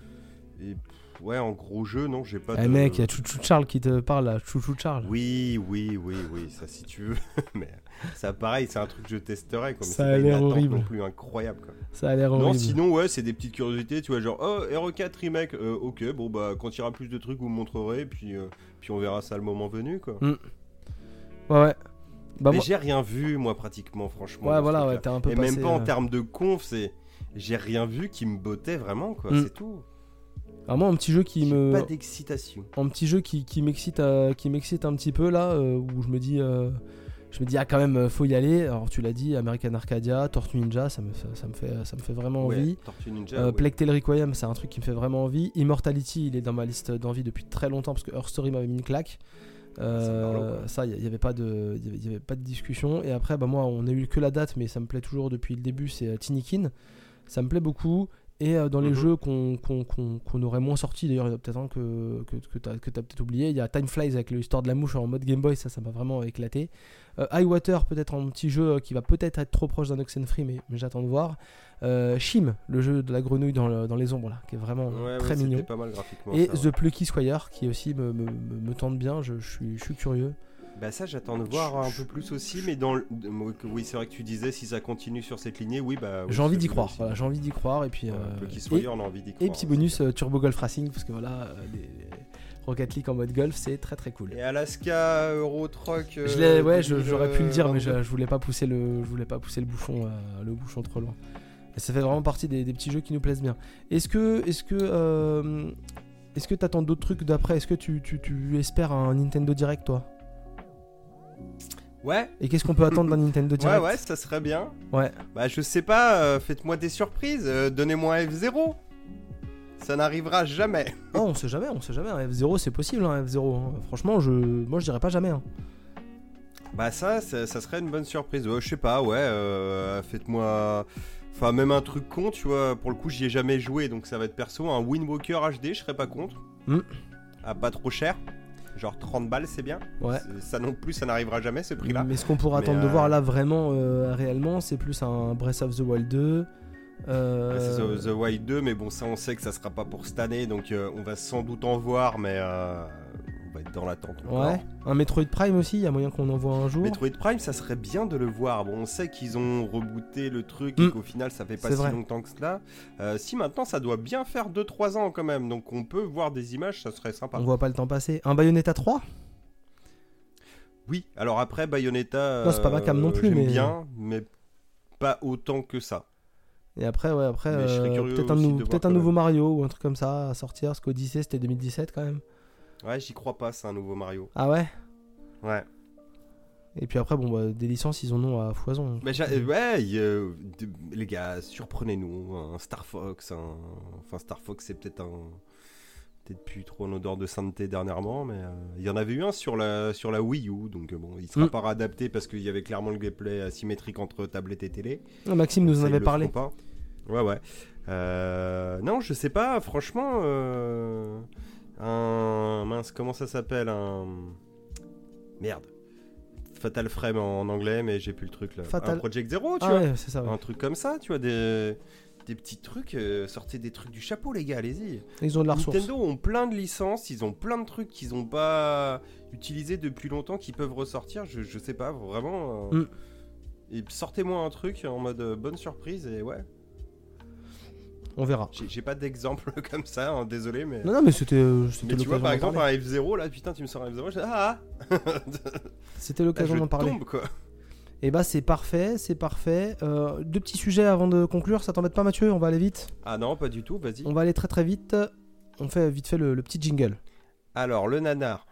Et pff, ouais, en gros jeu, non, j'ai pas Eh de. mec, il y a Chouchou Charles qui te parle là, Chouchou Charles. Oui, oui, oui, oui, ça si tu veux. Mais ça, pareil, c'est un truc que je testerai. Quoi. Mais ça c'est a pas une l'air attente horrible. non plus incroyable. Quoi. Ça a l'air non, horrible. sinon, ouais, c'est des petites curiosités, tu vois, genre, oh, R E quatre remake, euh, ok, bon, bah, quand il y aura plus de trucs, vous me montrerez, puis, euh, puis on verra ça le moment venu, quoi. Mm. Ouais, ouais. Bah mais moi... j'ai rien vu, moi, pratiquement, franchement. Ouais, voilà, ouais, t'es un peu Et passé, même pas en euh... termes de conf, c'est... J'ai rien vu qui me bottait vraiment, quoi, mm. c'est tout. Alors moi, un petit jeu qui j'ai me... pas d'excitation. Un petit jeu qui, qui, m'excite, euh, qui m'excite un petit peu, là, euh, où je me dis... Euh... Je me dis, ah, quand même, faut y aller. Alors, tu l'as dit, American Arcadia, Tortue Ninja, ça me, ça, ça me, fait, ça me fait vraiment ouais, envie. Tortue Ninja, euh, ouais. Plague Tale Requiem, c'est un truc qui me fait vraiment envie. Immortality, il est dans ma liste d'envie depuis très longtemps parce que Her Story m'avait mis une claque. Euh, ça, il n'y avait pas de, il y avait pas de discussion. Et après, bah moi, on n'a eu que la date, mais ça me plaît toujours depuis le début. C'est euh, Tinikin, ça me plaît beaucoup. Et euh, dans les mm-hmm. jeux qu'on, qu'on, qu'on, qu'on aurait moins sortis, d'ailleurs, il y a peut-être un que, que, que tu as que peut-être oublié. Il y a Time Flies avec l'histoire de la mouche en mode Game Boy, ça, ça m'a vraiment éclaté. Euh, Highwater, peut-être un petit jeu qui va peut-être être trop proche d'un Oxenfree, mais, mais j'attends de voir. Euh, Shim, le jeu de la grenouille dans, le, dans les ombres, là, qui est vraiment ouais, très ouais, mignon. Pas mal graphiquement, et ça, The ouais. Plucky Squire, qui aussi me, me, me, me tente bien, je, je, suis, je suis curieux. Bah ça j'attends de voir un peu plus aussi, mais dans le... oui c'est vrai que tu disais si ça continue sur cette lignée, oui bah... Oui, j'ai envie d'y croire, voilà, j'ai envie d'y croire et puis... Ouais, euh, Plucky Squire, on a envie d'y croire. Et petit bonus euh, Turbo Golf Racing, parce que voilà, euh, les, les Rocket League en mode golf, c'est très très cool. Et Alaska Euro Truck... Euh, je l'ai, ouais, je, j'aurais pu le dire, mais je, je voulais pas pousser le, je voulais pas pousser le bouchon, euh, le bouchon trop loin. Et ça fait vraiment partie des, des petits jeux qui nous plaisent bien. Est-ce que... Est-ce que euh, est-ce que t'attends d'autres trucs d'après? Est-ce que tu, tu, tu espères un Nintendo Direct, toi? Ouais. Et qu'est-ce qu'on peut attendre d'un Nintendo Direct? Ouais, ouais, ça serait bien. Ouais. Bah, je sais pas, euh, faites-moi des surprises, euh, donnez-moi F zéro. Ça n'arrivera jamais. Non, on sait jamais, on sait jamais. F zéro, c'est possible, hein, F zéro. Hein. Franchement, je... moi, je dirais pas jamais. Hein. Bah, ça, ça, ça serait une bonne surprise. Ouais, je sais pas, ouais, euh, faites-moi. Enfin, même un truc con, tu vois. Pour le coup, j'y ai jamais joué, donc ça va être perso. Un Wind Walker H D, je serais pas contre. Mm. Ah, pas trop cher. Genre trente balles, c'est bien. Ouais. C'est, ça non plus, ça n'arrivera jamais ce prix-là. Mais ce qu'on pourra attendre euh... de voir là vraiment, euh, réellement, c'est plus un Breath of the Wild deux. Euh... Breath of the Wild deux, mais bon, ça on sait que ça sera pas pour cette année, donc euh, on va sans doute en voir, mais euh, on va être dans l'attente encore. Ouais. Un Metroid Prime aussi, il y a moyen qu'on en voit un jour. Metroid Prime, ça serait bien de le voir. Bon, on sait qu'ils ont rebooté le truc mm. et qu'au final ça fait pas c'est si vrai. longtemps que cela. Euh, si maintenant ça doit bien faire deux trois ans quand même, donc on peut voir des images, ça serait sympa. On voit pas le temps passer. Un Bayonetta trois? Oui, alors après Bayonetta, non, c'est pas ma cam non plus, j'aime mais bien, mais pas autant que ça. Et après, ouais, après euh, peut-être un, nou- peut-être un nouveau Mario ou un truc comme ça à sortir, parce qu'Odyssey c'était deux mille dix-sept quand même. Ouais, j'y crois pas, c'est un nouveau Mario. Ah ouais? Ouais. Et puis après, bon, bah, des licences, ils en ont à foison. Mais ouais, euh, de, les gars, surprenez-nous. Un Star Fox, un... enfin Star Fox, c'est peut-être un, peut-être plus trop en odeur de sainteté dernièrement, mais il euh, y en avait eu un sur la sur la Wii U, donc bon, il sera mm. pas réadapté parce qu'il y avait clairement le gameplay asymétrique entre tablette et télé. Ah, Maxime nous en avait parlé. Pas. Ouais, ouais. Euh, non, je sais pas. Franchement, euh, un mince, comment ça s'appelle, un merde. Fatal Frame en anglais, mais j'ai plus le truc là. Fatal... Un Project Zero, tu ah vois. Ouais, c'est ça, ouais. Un truc comme ça, tu vois, des, des petits trucs. Euh, sortez des trucs du chapeau, les gars, allez-y. Ils ont de la ressource. Nintendo ont plein de licences, ils ont plein de trucs qu'ils ont pas utilisés depuis longtemps, qui peuvent ressortir. Je, je sais pas, vraiment. Euh, mm. Et sortez-moi un truc en mode euh, bonne surprise et ouais. On verra. J'ai, j'ai pas d'exemple comme ça, hein, désolé, mais. Non, non, mais c'était. Euh, c'était mais tu vois, par exemple, un F zéro, là, putain, tu me sors un F zéro, je dis ah. C'était l'occasion là, d'en parler. Tombe, quoi. Et bah c'est parfait, c'est parfait. Euh, deux petits sujets avant de conclure, ça t'embête pas Mathieu? On va aller vite. Ah non, pas du tout, vas-y. On va aller très très vite. On fait vite fait le, le petit jingle. Alors, le nanar.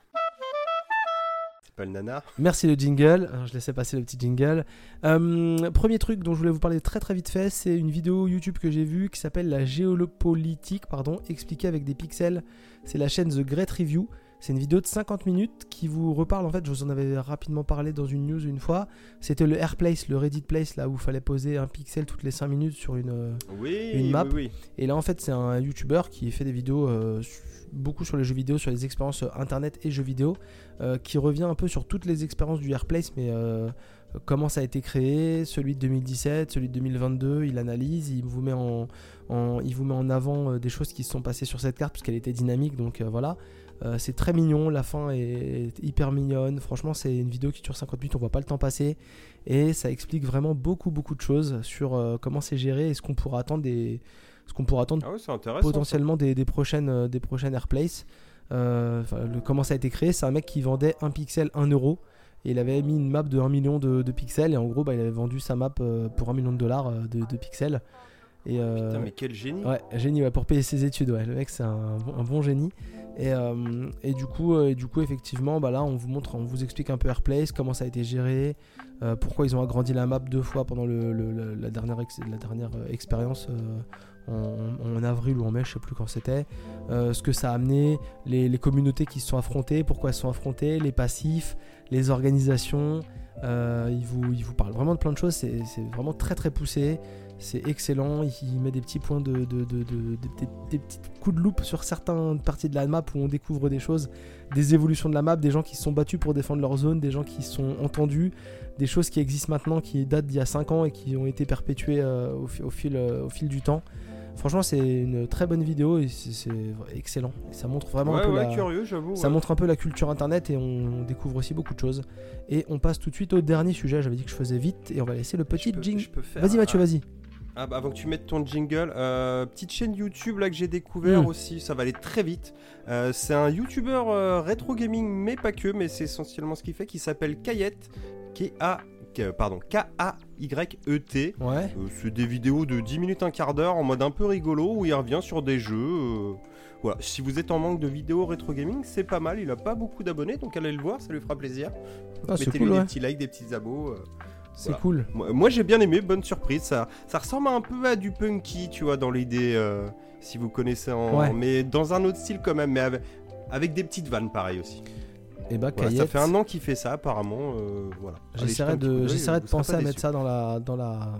C'est pas le nanar. Merci le jingle, alors, je laissais passer le petit jingle. Euh, premier truc dont je voulais vous parler très très vite fait, c'est une vidéo YouTube que j'ai vue qui s'appelle la géopolitique, pardon, expliquée avec des pixels. C'est la chaîne The Great Review. C'est une vidéo de cinquante minutes qui vous reparle, en fait, je vous en avais rapidement parlé dans une news une fois. C'était le AirPlace, le Reddit Place, là où il fallait poser un pixel toutes les cinq minutes sur une, oui, une map. Oui, oui. Et là, en fait, c'est un YouTuber qui fait des vidéos, euh, beaucoup sur les jeux vidéo, sur les expériences internet et jeux vidéo, euh, qui revient un peu sur toutes les expériences du AirPlace, mais euh, comment ça a été créé, celui de deux mille dix-sept, celui de deux mille vingt-deux, il analyse, il vous met en, en, il vous met en avant euh, des choses qui se sont passées sur cette carte, puisqu'elle était dynamique, donc euh, voilà. Euh, c'est très mignon, la fin est hyper mignonne. Franchement, c'est une vidéo qui dure cinquante minutes, on voit pas le temps passer. Et ça explique vraiment beaucoup, beaucoup de choses sur euh, comment c'est géré et ce qu'on pourra attendre, des... ce qu'on pourra attendre ah ouais, potentiellement des, des, prochaines, euh, des prochaines AirPlace. Euh, le, comment ça a été créé, c'est un mec qui vendait un pixel un euro. Et il avait mis une map de un million de, de pixels. Et en gros, bah, il avait vendu sa map euh, pour un million de dollars euh, de, de pixels. Et, euh, Putain, mais quel génie! Ouais, génie, ouais, pour payer ses études, ouais. Le mec, c'est un, un bon génie. Et, euh, et, du coup, euh, et du coup, effectivement, bah là, on vous montre, on vous explique un peu AirPlace, comment ça a été géré, euh, pourquoi ils ont agrandi la map deux fois pendant le, le, le, la dernière, ex, la dernière expérience euh, en, en avril ou en mai, je sais plus quand c'était, euh, ce que ça a amené, les, les communautés qui se sont affrontées, pourquoi elles se sont affrontées, les passifs, les organisations. Euh, il, vous, il vous parle vraiment de plein de choses, c'est, c'est vraiment très très poussé. C'est excellent, il met des petits points de, de, de, de, de des, des petits coups de loupe sur certaines parties de la map où on découvre des choses, des évolutions de la map, des gens qui se sont battus pour défendre leur zone, des gens qui se sont entendus, des choses qui existent maintenant, qui datent d'il y a cinq ans et qui ont été perpétuées euh, au, au, fil, euh, au fil du temps. Franchement, c'est une très bonne vidéo et c'est, c'est excellent. Et ça montre vraiment ouais, un peu ouais, la, curieux, j'avoue, ça ouais. montre un peu la culture internet et on, on découvre aussi beaucoup de choses. Et on passe tout de suite au dernier sujet. J'avais dit que je faisais vite et on va laisser le petit jingle. Vas-y Mathieu, un... vas-y. Ah bah avant que tu mettes ton jingle, euh, petite chaîne YouTube là que j'ai découvert mmh. aussi, ça va aller très vite. Euh, c'est un YouTuber euh, rétro gaming, mais pas que, mais c'est essentiellement ce qu'il fait, qui s'appelle Kayet, K A pardon K A Y E T. Ouais. Euh, c'est des vidéos de dix minutes, un quart d'heure en mode un peu rigolo où il revient sur des jeux. Euh, voilà, si vous êtes en manque de vidéos rétro gaming, c'est pas mal. Il a pas beaucoup d'abonnés, donc allez le voir, ça lui fera plaisir. Ah, Mettez-lui cool, des ouais. petits likes, des petits abos. Euh, C'est voilà. cool. Moi, moi j'ai bien aimé, bonne surprise. Ça, ça ressemble un peu à du punky, tu vois, dans l'idée, euh, si vous connaissez en. Ouais. Mais dans un autre style quand même, mais avec, avec des petites vannes pareil aussi. Et bah, voilà, Kayet, ça fait un an qu'il fait ça apparemment. Euh, voilà. J'essaierai de, j'essaierai de penser à mettre ça dans la, dans la,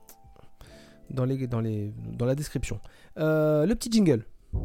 dans les, dans les, dans la description. Euh, le petit jingle.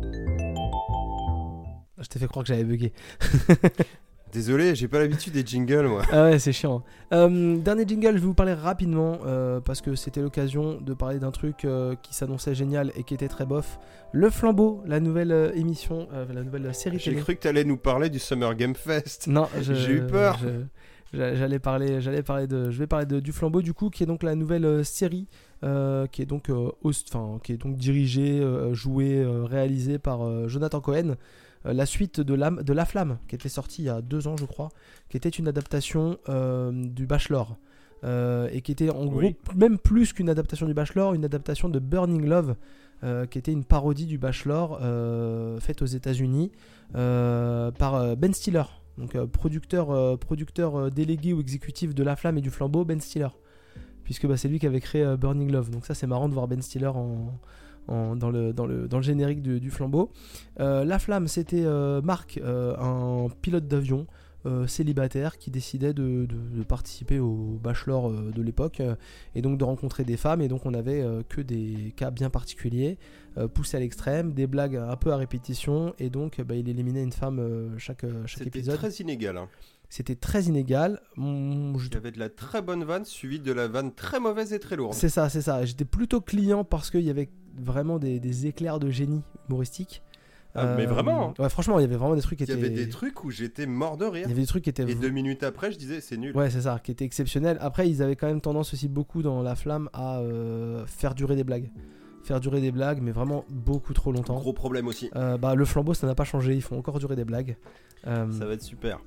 Je t'ai fait croire que j'avais bugué. Désolé, j'ai pas l'habitude des jingles moi. Ah ouais, c'est chiant. Euh, dernier jingle, je vais vous parler rapidement euh, parce que c'était l'occasion de parler d'un truc euh, qui s'annonçait génial et qui était très bof. Le Flambeau, la nouvelle euh, émission, euh, la nouvelle série J'ai télé. J'ai cru que t'allais nous parler du Summer Game Fest. Non, je, j'ai eu peur. Je, j'allais parler, j'allais parler de, je vais parler de, du Flambeau du coup, qui est donc la nouvelle euh, série, euh, qui est donc, euh, host, enfin, qui est donc dirigée, euh, jouée, euh, réalisée par euh, Jonathan Cohen. Euh, la suite de la, de la Flamme, qui était sortie il y a deux ans je crois, qui était une adaptation euh, du Bachelor, euh, et qui était en gros, oui. même plus qu'une adaptation du Bachelor, une adaptation de Burning Love, euh, qui était une parodie du Bachelor euh, faite aux États-Unis euh, par euh, Ben Stiller, donc euh, producteur, euh, producteur euh, délégué ou exécutif de La Flamme et du Flambeau, Ben Stiller, puisque bah, c'est lui qui avait créé euh, Burning Love. Donc ça c'est marrant de voir Ben Stiller en... En, dans, le, dans, le, dans le générique du, du Flambeau. Euh, La Flamme, c'était euh, Marc, euh, un pilote d'avion euh, célibataire qui décidait de, de, de participer au Bachelor euh, de l'époque euh, et donc de rencontrer des femmes. Et donc on avait euh, que des cas bien particuliers, euh, poussés à l'extrême, des blagues un peu à répétition. Et donc bah, il éliminait une femme euh, chaque, chaque épisode. C'était très inégal. Hein. C'était très inégal. Mmh, je... Il y avait de la très bonne vanne suivie de la vanne très mauvaise et très lourde. C'est ça, c'est ça. J'étais plutôt client parce qu'il y avait vraiment des, des éclairs de génie humoristique. Ah, euh, mais vraiment Ouais, franchement, il y avait vraiment des trucs qui étaient... Il y avait des trucs où j'étais mort de rire. Il y avait des trucs qui étaient... Et deux minutes après, je disais, c'est nul. Ouais, c'est ça, qui étaient exceptionnels. Après, ils avaient quand même tendance aussi beaucoup dans La Flamme à euh, faire durer des blagues. Faire durer des blagues, mais vraiment beaucoup trop longtemps. Gros problème aussi. Euh, bah, le Flambeau, ça n'a pas changé. Ils font encore durer des blagues. Euh, ça va être super.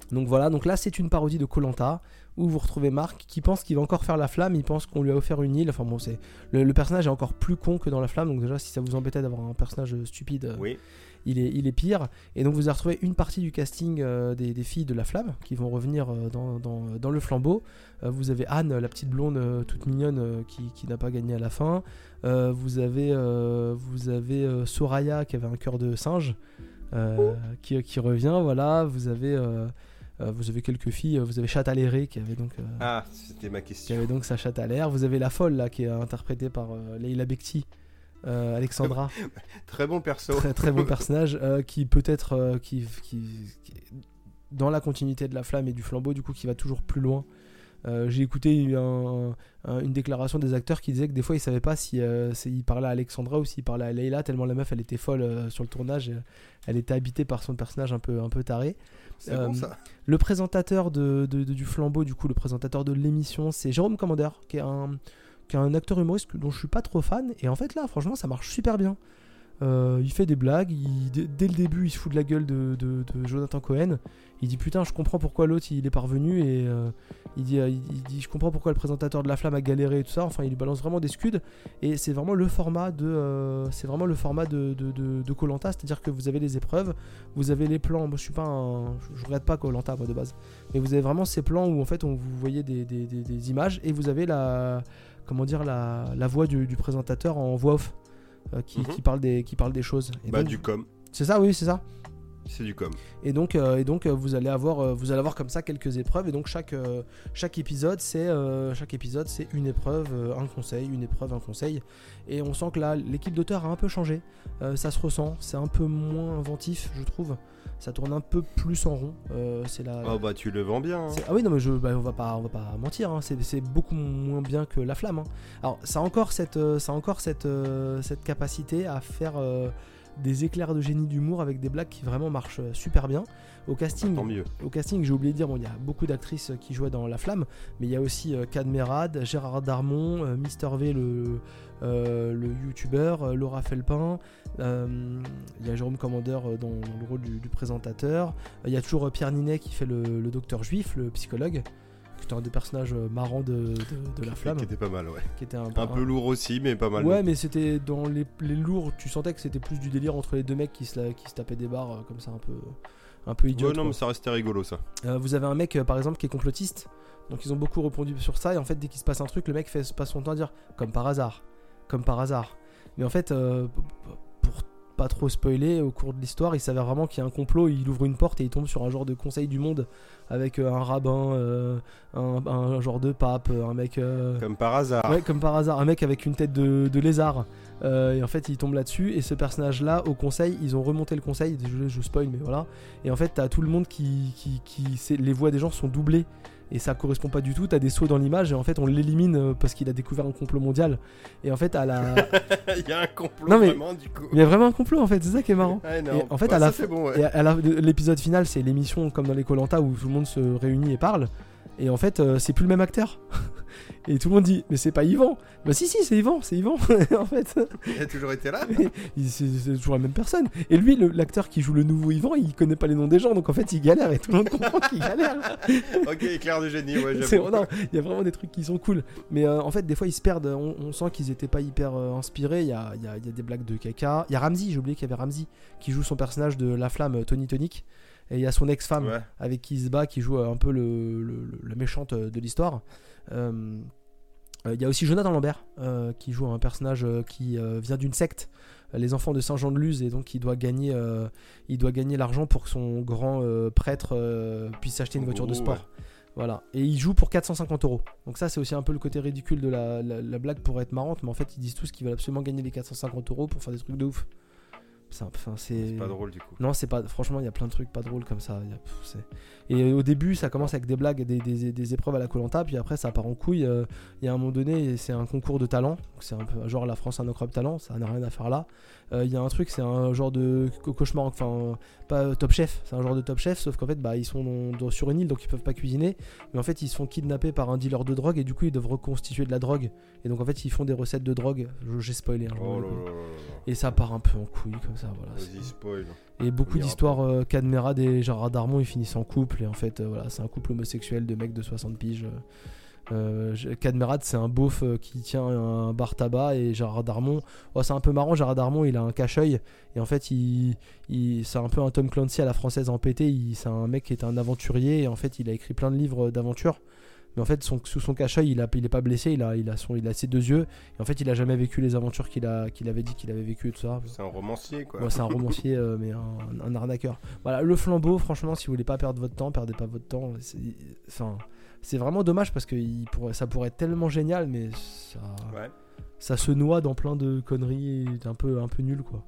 Donc voilà, donc là c'est une parodie de Koh-Lanta où vous retrouvez Marc qui pense qu'il va encore faire la flamme, il pense qu'on lui a offert une île. Enfin bon, c'est le, le personnage est encore plus con que dans la flamme, donc déjà si ça vous embêtait d'avoir un personnage stupide, oui. il, est, il est pire. Et donc vous avez retrouvé une partie du casting euh, des, des filles de la flamme qui vont revenir euh, dans, dans, dans le flambeau. Euh, vous avez Anne, la petite blonde euh, toute mignonne euh, qui, qui n'a pas gagné à la fin. Euh, vous avez, euh, vous avez euh, Soraya qui avait un cœur de singe euh, qui, qui revient, voilà. Vous avez... Euh, Euh, vous avez quelques filles, vous avez Chataléré qui avait donc euh, ah c'était ma question, qui avait donc sa chatte à l'air. Vous avez la folle là qui est interprétée par euh, Leila Bekti, euh, Alexandra, très bon perso, très très bon personnage euh, qui peut-être euh, qui, qui, qui dans la continuité de la flamme et du flambeau du coup qui va toujours plus loin. Euh, j'ai écouté un, un, une déclaration des acteurs qui disaient que des fois ils savaient pas si, euh, si ils parlaient à Alexandra ou s'ils parlaient à Leila tellement la meuf elle était folle euh, sur le tournage, et, elle était habitée par son personnage un peu un peu taré. C'est euh, bon ça. Le présentateur de, de, de, du flambeau, du coup le présentateur de l'émission, c'est Jérôme Commander qui est un qui est un acteur humoriste dont je suis pas trop fan, et en fait là franchement ça marche super bien. Euh, il fait des blagues, il, d- dès le début il se fout de la gueule de, de, de Jonathan Cohen. Il dit putain je comprends pourquoi l'autre il est parvenu, et euh, il, dit, euh, il, il dit je comprends pourquoi le présentateur de la flamme a galéré et tout ça. Enfin il lui balance vraiment des scuds, et c'est vraiment le format de euh, c'est vraiment le format de de, de, de Koh-Lanta, c'est-à-dire que vous avez les épreuves, vous avez les plans. Moi je suis pas un, je, je regarde pas Koh-Lanta moi de base, mais vous avez vraiment ces plans où en fait on, vous voyez des, des, des, des images, et vous avez la comment dire la, la voix du, du présentateur en voix off. Euh, qui, mm-hmm. qui, parle des, qui parle des choses. Et bah donc, du com. C'est ça, oui, c'est ça. C'est du com. Et donc, euh, et donc euh, vous allez avoir, euh, vous allez avoir comme ça quelques épreuves. Et donc chaque, euh, chaque épisode, c'est euh, chaque épisode, c'est une épreuve, euh, un conseil, une épreuve, un conseil. Et on sent que là, l'équipe d'auteurs a un peu changé. Euh, ça se ressent. C'est un peu moins inventif, je trouve. Ça tourne un peu plus en rond. Euh, c'est la. Oh bah tu le vends bien. Hein. Ah oui non mais je, bah, on va pas, on va pas mentir. Hein. C'est, c'est beaucoup moins bien que La Flamme. Hein. Alors ça a encore cette, euh, ça a encore cette, euh, cette capacité à faire euh, des éclairs de génie d'humour avec des blagues qui vraiment marchent euh, super bien. Au casting, tant mieux. Au casting, j'ai oublié de dire, bon, il y a beaucoup d'actrices qui jouaient dans La Flamme, mais il y a aussi euh, Kad Merad, Gérard Darmon, euh, Mister V, le, euh, le youtubeur, euh, Laura Felpin. Euh, il y a Jérôme Commander euh, dans, dans le rôle du, du présentateur. Il y a toujours euh, Pierre Ninet qui fait le, le docteur juif, le psychologue, qui était un des personnages euh, marrants de, de, de La Flamme. Qui était pas mal, ouais. Qui était un, un, un peu lourd aussi, mais pas mal. Ouais, mais c'était dans les, les lourds, tu sentais que c'était plus du délire entre les deux mecs qui se, qui se tapaient des barres euh, comme ça un peu. Un peu idiot. Ouais, non, mais ça restait rigolo ça. Euh, vous avez un mec euh, par exemple qui est complotiste, donc ils ont beaucoup répondu sur ça, et en fait dès qu'il se passe un truc, le mec fait, passe son temps à dire comme par hasard, comme par hasard. Mais en fait, euh, pour pas trop spoiler, au cours de l'histoire, il s'avère vraiment qu'il y a un complot, il ouvre une porte et il tombe sur un genre de conseil du monde avec euh, un rabbin, euh, un, un genre de pape, un mec. Euh... Comme par hasard. Ouais, comme par hasard, un mec avec une tête de, de lézard. Euh, et en fait, il tombe là-dessus. Et ce personnage-là, au conseil, ils ont remonté le conseil. Désolé, je spoil, mais voilà. Et en fait, t'as tout le monde qui. qui, qui c'est, les voix des gens sont doublées. Et ça correspond pas du tout. T'as des sauts dans l'image. Et en fait, on l'élimine parce qu'il a découvert un complot mondial. Et en fait, à la. Il y a un complot non, mais... vraiment, du coup. Il y a vraiment un complot, en fait. C'est ça qui est marrant. Ouais, non. Et en fait, ouais, à la ça, bon, ouais. et à la... l'épisode final, c'est l'émission comme dans les Koh-Lanta où tout le monde se réunit et parle. Et en fait, euh, c'est plus le même acteur. Et tout le monde dit, mais c'est pas Yvan. Bah si, si, c'est Yvan, c'est Yvan. En fait. Il a toujours été là. il, c'est, c'est toujours la même personne. Et lui, le, l'acteur qui joue le nouveau Yvan, il connaît pas les noms des gens, donc en fait, il galère et tout le monde comprend qu'il galère. Ok, éclair de génie, ouais, c'est, j'avoue. non, il y a vraiment des trucs qui sont cool. Mais euh, en fait, des fois, ils se perdent. On, on sent qu'ils étaient pas hyper euh, inspirés. Il y a, y, a, y a des blagues de caca. Il y a Ramsey, j'ai oublié qu'il y avait Ramsey, qui joue son personnage de La Flamme, Tony Tonic. Et il y a son ex-femme ouais. avec qui il se bat, qui joue un peu le, le, le, la méchante de l'histoire. Euh, il euh, y a aussi Jonathan Lambert euh, qui joue un personnage euh, qui euh, vient d'une secte, euh, les enfants de Saint-Jean-de-Luz, et donc il doit gagner, euh, il doit gagner l'argent pour que son grand euh, prêtre euh, puisse s'acheter une voiture oh, de sport. Ouais. Voilà. Et il joue pour quatre cent cinquante euros. Donc ça, c'est aussi un peu le côté ridicule de la, la, la blague pour être marrante, mais en fait, ils disent tous qu'ils veulent absolument gagner les quatre cent cinquante euros pour faire des trucs de ouf. C'est, enfin, c'est... c'est pas drôle du coup. Non, c'est pas. Franchement, il y a plein de trucs pas drôles comme ça. Y a... Pff, c'est... Et au début, ça commence avec des blagues, des, des, des épreuves à la Koh-Lanta, puis après, ça part en couille. Il euh, y a un moment donné, c'est un concours de talent. C'est un peu genre la France a un incroyable talent. Ça n'a rien à faire là. Il euh, y a un truc, c'est un genre de cauchemar. Enfin, pas Top Chef. C'est un genre de Top Chef, sauf qu'en fait, bah, ils sont dans, dans, sur une île, donc ils peuvent pas cuisiner. Mais en fait, ils se font kidnapper par un dealer de drogue, et du coup, ils doivent reconstituer de la drogue. Et donc, en fait, ils font des recettes de drogue. J'ai spoilé. Hein, oh là là là là. Et ça part un peu en couille comme ça. ça, voilà. Vas-y, spoil. Et beaucoup d'histoires, euh, Cadmerade et Gérard Darmon, ils finissent en couple, et en fait, euh, voilà, c'est un couple homosexuel de mecs de soixante piges. Euh, Cadmerade, c'est un beauf euh, qui tient un bar tabac, et Gérard Darmon, oh, c'est un peu marrant, Gérard Darmon, il a un cache-œil, et en fait, il, il, c'est un peu un Tom Clancy à la française en pété, il, c'est un mec qui est un aventurier, et en fait, il a écrit plein de livres d'aventure. Mais en fait, son, sous son cache-œil, il, a, il est pas blessé, il a, il, a son, il a ses deux yeux. Et en fait, il a jamais vécu les aventures qu'il, a, qu'il avait dit qu'il avait vécues et tout ça. C'est un romancier, quoi. Ouais, c'est un romancier, euh, mais un, un arnaqueur. Voilà, Le Flambeau, franchement, si vous voulez pas perdre votre temps, perdez pas votre temps. C'est, enfin, c'est vraiment dommage parce que il pourrait, ça pourrait être tellement génial, mais ça, ouais. ça se noie dans plein de conneries un peu, un peu nulles, quoi.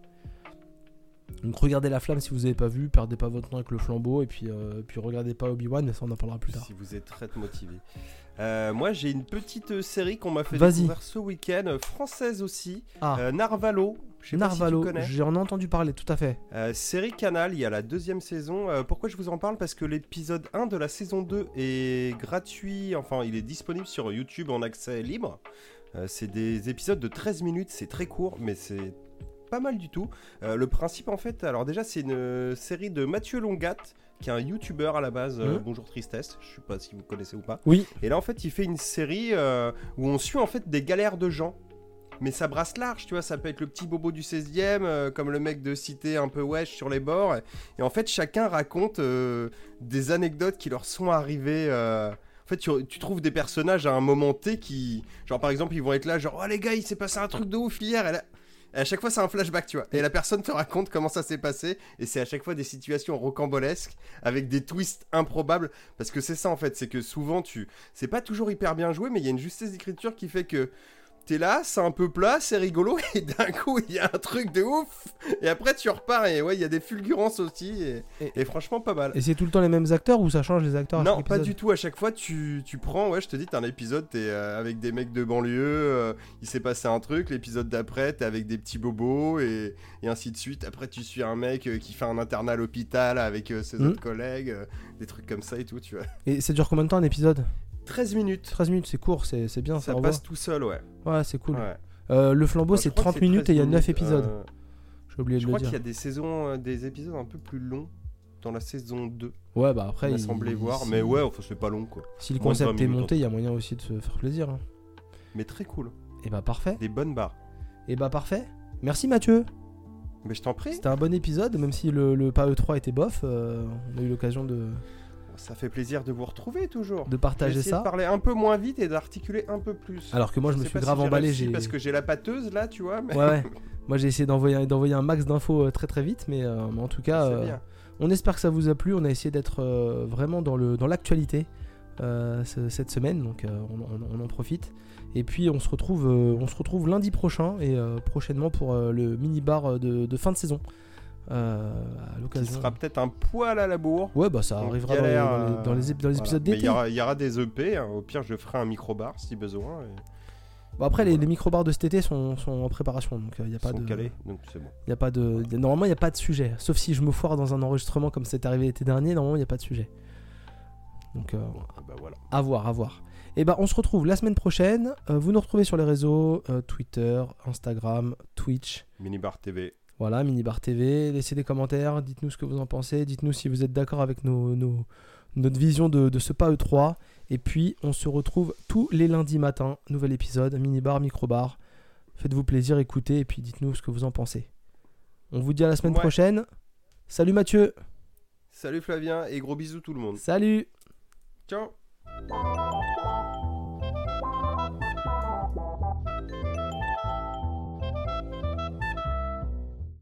Donc regardez La Flamme si vous n'avez pas vu, perdez pas votre temps avec Le Flambeau, et puis, euh, puis regardez pas Obi-Wan, mais ça on en parlera plus tard. Si vous êtes très motivé. Euh, moi j'ai une petite série qu'on m'a fait Vas-y. découvrir ce week-end, euh, française aussi, ah. euh, Narvalo. Je sais Narvalo, pas si tu connais. J'en ai entendu parler, tout à fait. Euh, série Canal, il y a la deuxième saison. Euh, pourquoi je vous en parle ? Parce que l'épisode un de la saison deux est gratuit, enfin il est disponible sur YouTube en accès libre. Euh, c'est des épisodes de treize minutes, c'est très court, mais c'est pas mal du tout. Euh, le principe en fait, alors déjà c'est une série de Mathieu Longat, qui est un youtubeur à la base, euh, mmh. Bonjour Tristesse, je sais pas si vous connaissez ou pas. Oui. Et là en fait il fait une série euh, où on suit en fait des galères de gens. Mais ça brasse large, tu vois, ça peut être le petit bobo du seizième, euh, comme le mec de cité un peu wesh sur les bords. Et, et en fait chacun raconte euh, des anecdotes qui leur sont arrivées... Euh, En fait, tu, tu trouves des personnages à un moment T qui... Genre, par exemple, ils vont être là, genre, oh les gars, il s'est passé un truc de ouf hier. Et, là, et à chaque fois, c'est un flashback, tu vois. Et la personne te raconte comment ça s'est passé. Et c'est à chaque fois des situations rocambolesques, avec des twists improbables. Parce que c'est ça, en fait, c'est que souvent, tu... c'est pas toujours hyper bien joué, mais il y a une justesse d'écriture qui fait que... T'es là, c'est un peu plat, c'est rigolo, et d'un coup, il y a un truc de ouf, et après, tu repars, et ouais, il y a des fulgurances aussi, et, et, et franchement, pas mal. Et c'est tout le temps les mêmes acteurs, ou ça change les acteurs à Non, chaque pas épisode ? du tout, à chaque fois, tu, tu prends, ouais, je te dis, t'as un épisode, t'es euh, avec des mecs de banlieue, euh, il s'est passé un truc, l'épisode d'après, t'es avec des petits bobos, et, et ainsi de suite. Après, tu suis un mec euh, qui fait un internat à l'hôpital avec euh, ses mmh. autres collègues, euh, des trucs comme ça et tout, tu vois. Et ça dure combien de temps un épisode ? treize minutes. treize minutes, c'est court, c'est, c'est bien, ça, ça passe tout seul, ouais. Ouais, c'est cool. Ouais. Euh, le Flambeau, bah, c'est trente minutes et il y a neuf épisodes. Euh... J'ai oublié je de le dire. Je crois qu'il y a des saisons, euh, des épisodes un peu plus longs dans la saison deux. Ouais, bah après. On a semblé voir, si... mais ouais, enfin, c'est pas long quoi. Si le concept est monté, il y a moyen aussi de se faire plaisir. Hein. Mais très cool. Et bah parfait. Des bonnes barres. Et bah parfait. Merci Mathieu. Mais je t'en prie. C'était un bon épisode, même si le, le P A E trois était bof. Euh, on a eu l'occasion de. Ça fait plaisir de vous retrouver toujours. De partager ça. De parler un peu moins vite et d'articuler un peu plus. Alors que moi je, je me suis grave si emballé. J'ai... Parce que j'ai la pâteuse là, tu vois. Mais... Ouais, ouais. Moi j'ai essayé d'envoyer, d'envoyer un max d'infos très très vite, mais, euh, mais en tout cas, euh, on espère que ça vous a plu. On a essayé d'être euh, vraiment dans, le, dans l'actualité euh, cette semaine, donc euh, on, on, on en profite. Et puis on se retrouve, euh, on se retrouve lundi prochain et euh, prochainement pour euh, le mini-bar de, de fin de saison. Euh, à l'occasion. Qui sera peut-être un poil à la bourre. Ouais, bah ça arrivera dans les, dans les, dans les, dans les épisodes voilà. d'été. Il y, y aura des E P, hein. Au pire je ferai un micro-bar si besoin. Et... Bon, après, les, les micro-bars de cet été sont, sont en préparation, donc il euh, n'y a pas sont de. calés, donc c'est bon. Y a pas de. Y a, normalement, il n'y a pas de sujet. Sauf si je me foire dans un enregistrement comme c'est arrivé l'été dernier, normalement, il n'y a pas de sujet. Donc, euh, bon, bah voilà. À voir, à voir. Et bah, on se retrouve la semaine prochaine. Euh, vous nous retrouvez sur les réseaux euh, Twitter, Instagram, Twitch. Minibar T V. Voilà, Minibar T V. Laissez des commentaires, dites-nous ce que vous en pensez. Dites-nous si vous êtes d'accord avec nos, nos, notre vision de, de ce P A E trois. Et puis, on se retrouve tous les lundis matins. Nouvel épisode, Minibar, Microbar. Faites-vous plaisir, écoutez, et puis dites-nous ce que vous en pensez. On vous dit à la semaine ouais. prochaine. Salut Mathieu. Salut Flavien, et gros bisous tout le monde. Salut. Ciao.